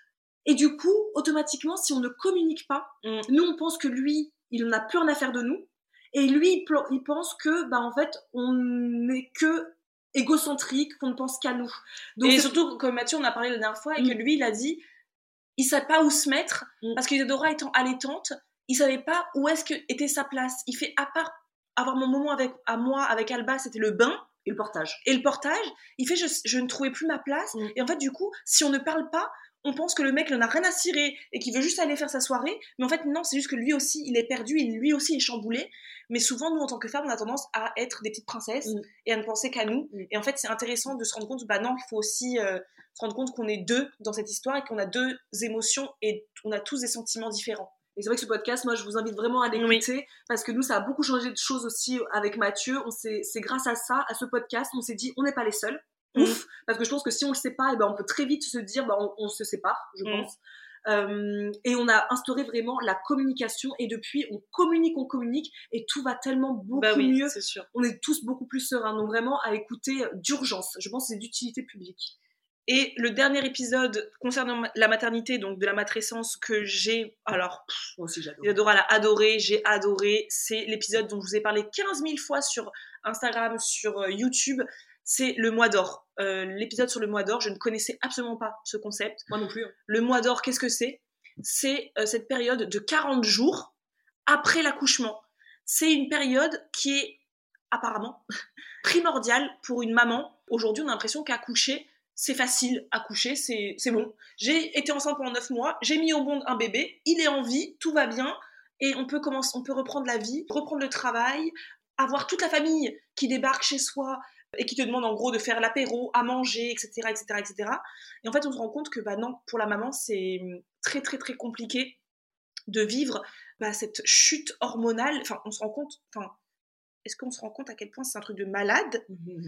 Et du coup, automatiquement, si on ne communique pas, mm. nous, on pense que lui, il en a plus rien à faire de nous. Et lui, il, pl- il pense que, bah, en fait, on n'est que égocentrique, qu'on ne pense qu'à nous. Donc, et c'est... surtout, comme Mathieu, on a parlé la dernière fois, et mm. que lui, il a dit, il savait pas où se mettre, mm. parce qu'Isadora étant allaitante, il savait pas où est-ce que était sa place. Il fait, à part avoir mon moment avec, à moi, avec Alba, c'était le bain. Et le portage. Et le portage, il fait, je, je ne trouvais plus ma place. Mm. Et en fait, du coup, si on ne parle pas, on pense que le mec, il en a rien à cirer et qu'il veut juste aller faire sa soirée. Mais en fait, non, c'est juste que lui aussi, il est perdu et lui aussi est chamboulé. Mais souvent, nous, en tant que femmes, on a tendance à être des petites princesses mm. et à ne penser qu'à nous. Mm. Et en fait, c'est intéressant de se rendre compte, bah non, il faut aussi euh, se rendre compte qu'on est deux dans cette histoire et qu'on a deux émotions et on a tous des sentiments différents. Et c'est vrai que ce podcast, moi, je vous invite vraiment à l'écouter oui. parce que nous, ça a beaucoup changé de choses aussi avec Mathieu. On s'est, c'est grâce à ça, à ce podcast, on s'est dit, on n'est pas les seuls. Ouf, mmh. Parce que je pense que si on le sait pas, et ben on peut très vite se dire, ben on, on se sépare, je mmh. pense. Euh, et on a instauré vraiment la communication et depuis, on communique, on communique et tout va tellement beaucoup bah oui, mieux. C'est sûr. On est tous beaucoup plus sereins. Donc vraiment à écouter d'urgence. Je pense que c'est d'utilité publique. Et le dernier épisode concernant la maternité, donc de la matrescence que j'ai, alors, pff, moi aussi j'adore. Isadora l'a adoré, j'ai adoré. C'est l'épisode dont je vous ai parlé quinze mille fois sur Instagram, sur YouTube. C'est le mois d'or. Euh, l'épisode sur le mois d'or, je ne connaissais absolument pas ce concept. Moi non plus. Le mois d'or, qu'est-ce que c'est ? C'est euh, cette période de quarante jours après l'accouchement. C'est une période qui est apparemment primordiale pour une maman. Aujourd'hui, on a l'impression qu'accoucher, c'est facile. Accoucher, c'est, c'est bon. J'ai été enceinte pendant neuf mois, j'ai mis au monde un bébé, il est en vie, tout va bien, et on peut, commencer, on peut reprendre la vie, reprendre le travail, avoir toute la famille qui débarque chez soi, et qui te demande en gros de faire l'apéro, à manger, et cetera, et cetera, et cetera. Et en fait, on se rend compte que bah non, pour la maman, c'est très, très, très compliqué de vivre bah, cette chute hormonale. Enfin, on se rend compte, enfin, est-ce qu'on se rend compte à quel point c'est un truc de malade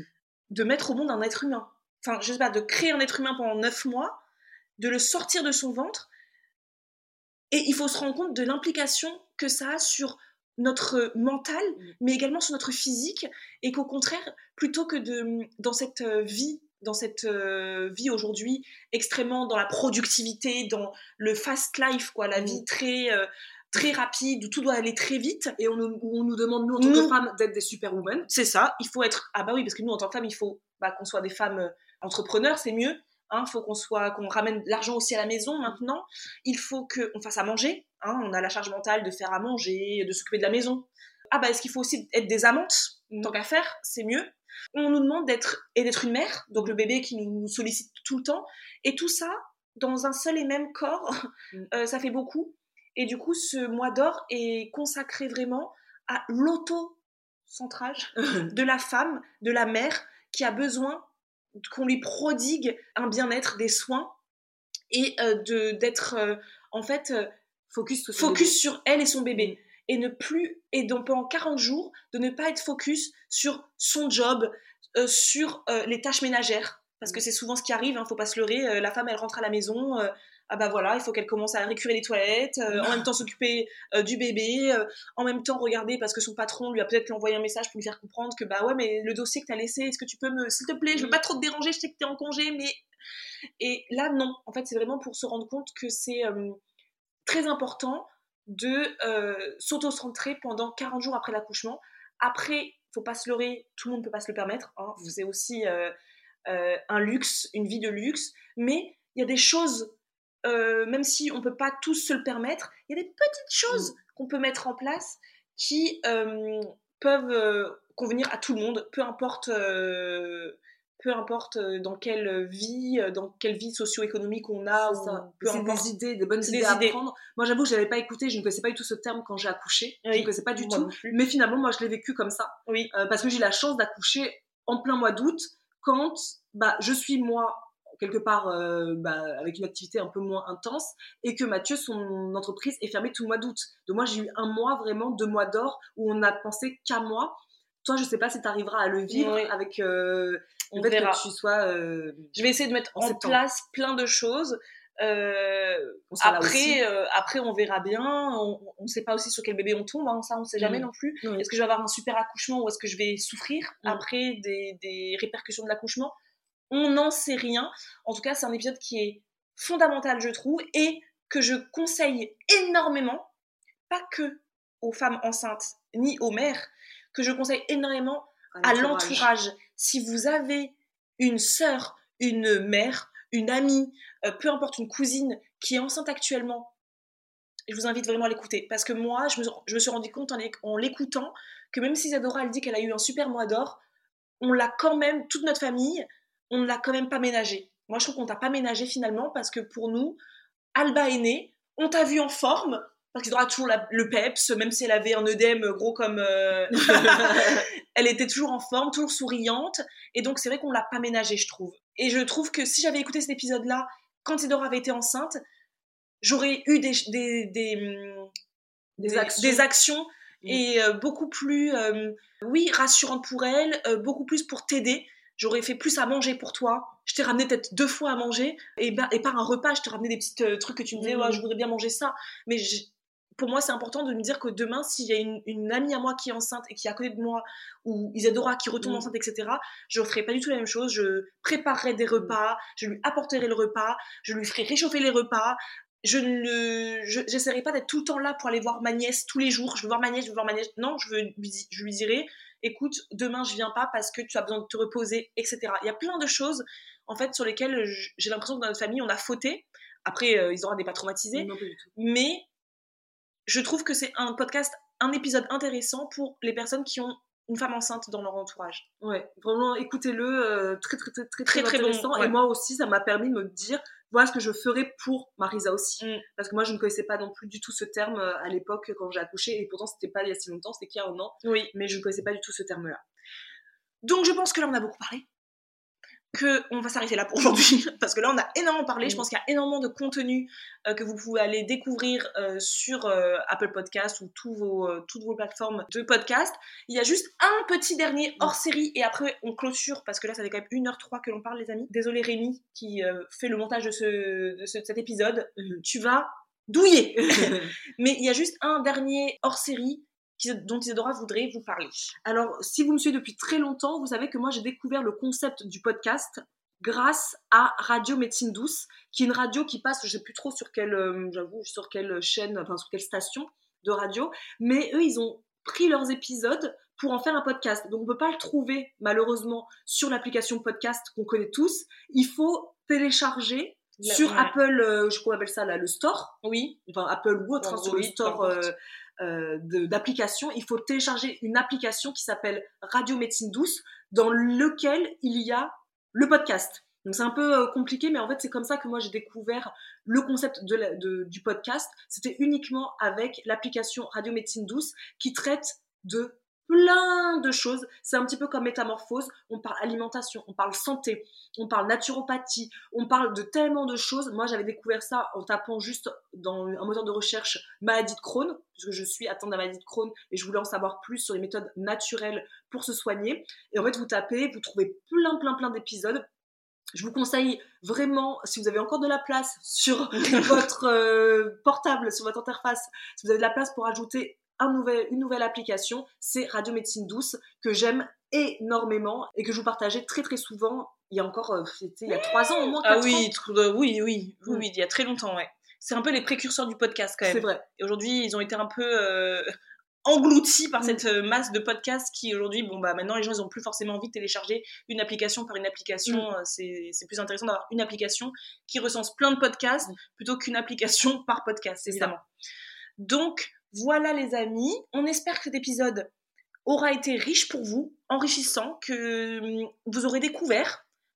de mettre au monde un être humain ? Enfin, je sais pas, de créer un être humain pendant neuf mois, de le sortir de son ventre, et il faut se rendre compte de l'implication que ça a sur notre mental, mais également sur notre physique, et qu'au contraire, plutôt que de, dans cette vie, dans cette euh, vie aujourd'hui, extrêmement dans la productivité, dans le fast life, quoi, la mmh. vie très, euh, très rapide, où tout doit aller très vite, et on nous, on nous demande, nous, en tant nous, que femmes, d'être des superwomen. C'est ça, il faut être... Ah bah oui, parce que nous, en tant que femmes, il faut bah, qu'on soit des femmes entrepreneurs, c'est mieux. Il hein, faut qu'on, soit, qu'on ramène de l'argent aussi à la maison maintenant. Il faut qu'on fasse à manger. Hein, on a la charge mentale de faire à manger, de s'occuper de la maison. Ah bah est-ce qu'il faut aussi être des amantes ? mmh. Tant qu'à faire, c'est mieux. On nous demande d'être, et d'être une mère, donc le bébé qui nous sollicite tout le temps. Et tout ça, dans un seul et même corps, mmh. euh, ça fait beaucoup. Et du coup, ce mois d'or est consacré vraiment à l'auto-centrage de la femme, de la mère, qui a besoin qu'on lui prodigue un bien-être, des soins, et euh, de, d'être, euh, en fait, euh, focus, sur, focus sur elle et son bébé. Et ne plus, et donc pendant quarante jours, de ne pas être focus sur son job, euh, sur euh, les tâches ménagères. Parce que c'est souvent ce qui arrive, hein, faut pas se leurrer, euh, la femme, elle rentre à la maison, euh, ah bah voilà, il faut qu'elle commence à récurer les toilettes, euh, en même temps s'occuper euh, du bébé, euh, en même temps regarder parce que son patron lui a peut-être envoyé un message pour lui faire comprendre que bah ouais, mais le dossier que t'as laissé, est-ce que tu peux me, s'il te plaît, je veux pas trop te déranger, je sais que t'es en congé, mais... Et là, non, en fait, c'est vraiment pour se rendre compte que c'est euh, très important de euh, s'auto-centrer pendant quarante jours après l'accouchement. Après, faut pas se leurrer, tout le monde peut pas se le permettre, hein, c'est aussi euh, euh, un luxe, une vie de luxe, mais il y a des choses... Euh, même si on ne peut pas tous se le permettre, il y a des petites choses mmh. qu'on peut mettre en place qui euh, peuvent euh, convenir à tout le monde, peu importe, euh, peu importe dans quelle vie, dans quelle vie socio-économique on a, ou ça. peu c'est importe. des idées, des bonnes C'est idées des à idées. prendre. Moi, j'avoue, je n'avais pas écouté, je ne connaissais pas du tout ce terme quand j'ai accouché. Oui, je ne connaissais pas du moi tout. non plus. Mais finalement, moi, je l'ai vécu comme ça. Oui. Euh, parce que j'ai eu la chance d'accoucher en plein mois d'août, quand bah, je suis, moi, quelque part euh, bah, avec une activité un peu moins intense, et que Mathieu, son entreprise, est fermée tout le mois d'août. Donc moi, j'ai eu un mois, vraiment, deux mois d'or, où on a pensé qu'à moi. Toi, je sais pas si tu arriveras à le vivre, oui, avec euh, on le fait verra. que tu sois... Euh, je vais essayer de mettre en, en place plein de choses. Euh, après, euh, après, on verra bien. On ne sait pas aussi sur quel bébé on tombe, hein, ça, on ne sait jamais mmh. non plus. Oui. Est-ce que je vais avoir un super accouchement ou est-ce que je vais souffrir mmh. après des, des répercussions de l'accouchement? On n'en sait rien. En tout cas, c'est un épisode qui est fondamental, je trouve, et que je conseille énormément, pas que aux femmes enceintes ni aux mères, que je conseille énormément à, à l'entourage. Si vous avez une sœur, une mère, une amie, euh, peu importe, une cousine qui est enceinte actuellement, je vous invite vraiment à l'écouter. Parce que moi, je me, je me suis rendu compte en, en l'écoutant que même si Isadora, elle dit qu'elle a eu un super mois d'or, on l'a quand même, toute notre famille, on ne l'a quand même pas ménagé. Moi, je trouve qu'on t'a pas ménagé finalement, parce que pour nous, Alba est née, on t'a vu en forme, parce qu'il aura toujours la, le peps, même si elle avait un œdème gros comme... Euh... elle était toujours en forme, toujours souriante, et donc c'est vrai qu'on l'a pas ménagée, je trouve. Et je trouve que si j'avais écouté cet épisode-là, quand Isadora avait été enceinte, j'aurais eu des, des, des, des, des actions, des actions mmh. et euh, beaucoup plus, euh, oui, rassurantes pour elle, euh, beaucoup plus pour t'aider. J'aurais fait plus à manger pour toi. Je t'ai ramené peut-être deux fois à manger, et, bah, et par un repas, je te ramenais des petits euh, trucs que tu me disais, mmh. ouais, je voudrais bien manger ça. Mais je, pour moi, c'est important de me dire que demain, s'il y a une, une amie à moi qui est enceinte et qui est à côté de moi, ou Isadora qui retombe mmh. enceinte, et cetera, je ne ferai pas du tout la même chose. Je préparerai des repas, mmh. je lui apporterai le repas, je lui ferai réchauffer les repas. Je ne, je, j'essaierai pas d'être tout le temps là pour aller voir ma nièce tous les jours. Je veux voir ma nièce, je veux voir ma nièce. Non, je, veux, je lui dirai, écoute, demain je viens pas parce que tu as besoin de te reposer, et cetera. Il y a plein de choses, en fait, sur lesquelles j'ai l'impression que dans notre famille, on a fauté. Après, euh, Isadora n'est pas traumatisée. Non, pas du tout. Mais je trouve que c'est un podcast, un épisode intéressant pour les personnes qui ont une femme enceinte dans leur entourage. Ouais, vraiment, écoutez-le, euh, très, très, très, très, très, très intéressant. Bon, ouais. Et moi aussi, ça m'a permis de me dire, voilà ce que je ferais pour Marisa aussi. Mm. Parce que moi, je ne connaissais pas non plus du tout ce terme à l'époque quand j'ai accouché. Et pourtant, c'était pas il y a si longtemps, c'était qu'il y a un an. Oui. Mais je ne connaissais pas du tout ce terme-là. Donc, je pense que là, on a beaucoup parlé. Qu'on va s'arrêter là pour aujourd'hui, parce que là on a énormément parlé. mmh. Je pense qu'il y a énormément de contenu euh, que vous pouvez aller découvrir euh, sur euh, Apple Podcast ou tous vos, euh, toutes vos plateformes de podcast. Il y a juste un petit dernier hors-série, et après on clôture, parce que là ça fait quand même une heure trois que l'on parle, les amis. Désolé Rémi qui euh, fait le montage de, ce, de, ce, de cet épisode, mmh. tu vas douiller. Mais il y a juste un dernier hors-série dont Isadora voudrait vous parler. Alors, si vous me suivez depuis très longtemps, vous savez que moi j'ai découvert le concept du podcast grâce à Radio Médecine Douce, qui est une radio qui passe, je sais plus trop sur quelle, euh, j'avoue, sur quelle chaîne, enfin sur quelle station de radio, mais eux ils ont pris leurs épisodes pour en faire un podcast. Donc on peut pas le trouver malheureusement sur l'application podcast qu'on connaît tous. Il faut télécharger La, sur ouais. Apple, euh, je crois qu'on appelle ça là, le store. Oui. Enfin Apple ou autre, bon, hein, sur oui, le store euh, euh, de, d'applications. Il faut télécharger une application qui s'appelle Radio Médecine Douce, dans lequel il y a le podcast. Donc c'est un peu euh, compliqué, mais en fait c'est comme ça que moi j'ai découvert le concept de la, de, du podcast. C'était uniquement avec l'application Radio Médecine Douce, qui traite de plein de choses. C'est un petit peu comme Métamorphose. On parle alimentation, on parle santé, on parle naturopathie, on parle de tellement de choses. Moi j'avais découvert ça en tapant juste dans un moteur de recherche maladie de Crohn, puisque je suis atteinte de la maladie de Crohn et je voulais en savoir plus sur les méthodes naturelles pour se soigner. Et en fait vous tapez, vous trouvez plein plein plein d'épisodes. Je vous conseille vraiment, si vous avez encore de la place sur votre euh, portable, sur votre interface, si vous avez de la place pour ajouter un nouvel, une nouvelle application, c'est Radio Médecine Douce, que j'aime énormément et que je vous partageais très très souvent. Il y a encore, euh, c'était il y a trois ans au moins. Ah oui, euh, oui, oui, oui, oui, il y a très longtemps, ouais. C'est un peu les précurseurs du podcast quand même. C'est vrai. Et aujourd'hui, ils ont été un peu euh, engloutis par mmh. cette masse de podcasts qui aujourd'hui, bon bah maintenant les gens ils ont plus forcément envie de télécharger une application par une application. Mmh. C'est, c'est plus intéressant d'avoir une application qui recense plein de podcasts mmh. plutôt qu'une application par podcast, évidemment. Donc voilà les amis, on espère que cet épisode aura été riche pour vous, enrichissant, que vous aurez découvert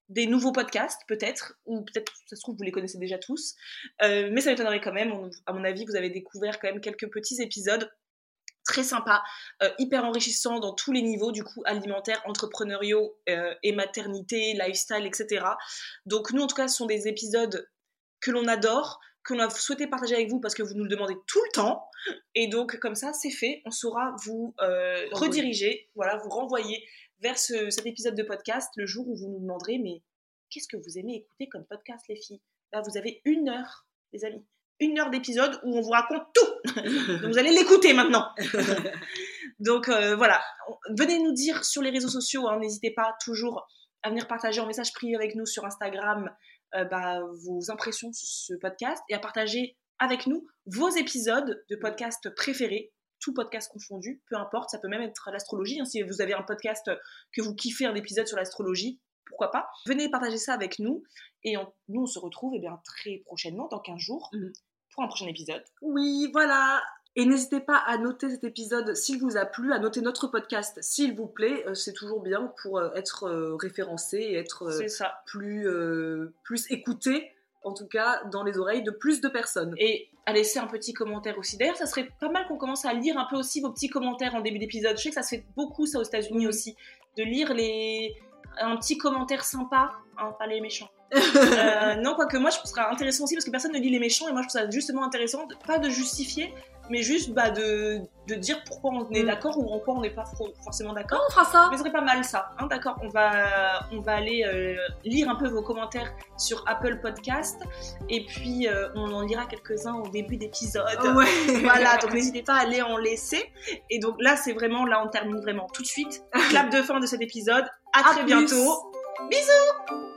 des nouveaux podcasts peut-être, ou peut-être ça se trouve vous les connaissez déjà tous, euh, mais ça m'étonnerait quand même. On, à mon avis vous avez découvert quand même quelques petits épisodes très sympas, euh, hyper enrichissants dans tous les niveaux, du coup alimentaires, entrepreneuriaux euh, et maternité, lifestyle, et cetera. Donc nous en tout cas ce sont des épisodes que l'on adore, que l'on a souhaité partager avec vous parce que vous nous le demandez tout le temps, et donc comme ça c'est fait, on saura vous euh, rediriger, voilà, vous renvoyer vers ce, cet épisode de podcast le jour où vous nous demanderez mais qu'est-ce que vous aimez écouter comme podcast les filles ? Là vous avez une heure les amis, une heure d'épisode où on vous raconte tout. Donc vous allez l'écouter maintenant. Donc euh, voilà, venez nous dire sur les réseaux sociaux, hein, n'hésitez pas toujours à venir partager en message privé avec nous sur Instagram euh, bah, vos impressions sur ce podcast et à partager avec nous vos épisodes de podcast préférés, tout podcast confondu, peu importe, ça peut même être l'astrologie, hein, si vous avez un podcast que vous kiffez, un épisode sur l'astrologie, pourquoi pas, venez partager ça avec nous et on, nous on se retrouve eh bien, très prochainement, dans quinze jours, mmh. pour un prochain épisode. Oui, voilà. Et n'hésitez pas à noter cet épisode s'il vous a plu, à noter notre podcast s'il vous plaît, c'est toujours bien pour être référencé et être c'est ça. Plus, euh, plus écouté, en tout cas dans les oreilles de plus de personnes. Et à laisser un petit commentaire aussi. D'ailleurs, ça serait pas mal qu'on commence à lire un peu aussi vos petits commentaires en début d'épisode. Je sais que ça se fait beaucoup ça aux États-Unis mmh. aussi, de lire les... un petit commentaire sympa, hein, pas les méchants. euh, non, quoique moi je trouve ça intéressant aussi parce que personne ne lit les méchants et moi je trouve ça justement intéressant, de, pas de justifier, mais juste bah, de, de dire pourquoi on est mmh. d'accord ou en quoi on n'est pas forcément d'accord. Oh, on fera ça. Mais ce serait pas mal ça, hein, d'accord. On va, on va aller euh, lire un peu vos commentaires sur Apple Podcast et puis euh, on en lira quelques-uns au début d'épisode. Ouais. Voilà, donc n'hésitez pas à aller en laisser. Et donc là c'est vraiment, là on termine vraiment tout de suite. Clap de fin de cet épisode. À, à très plus. bientôt. Bisous.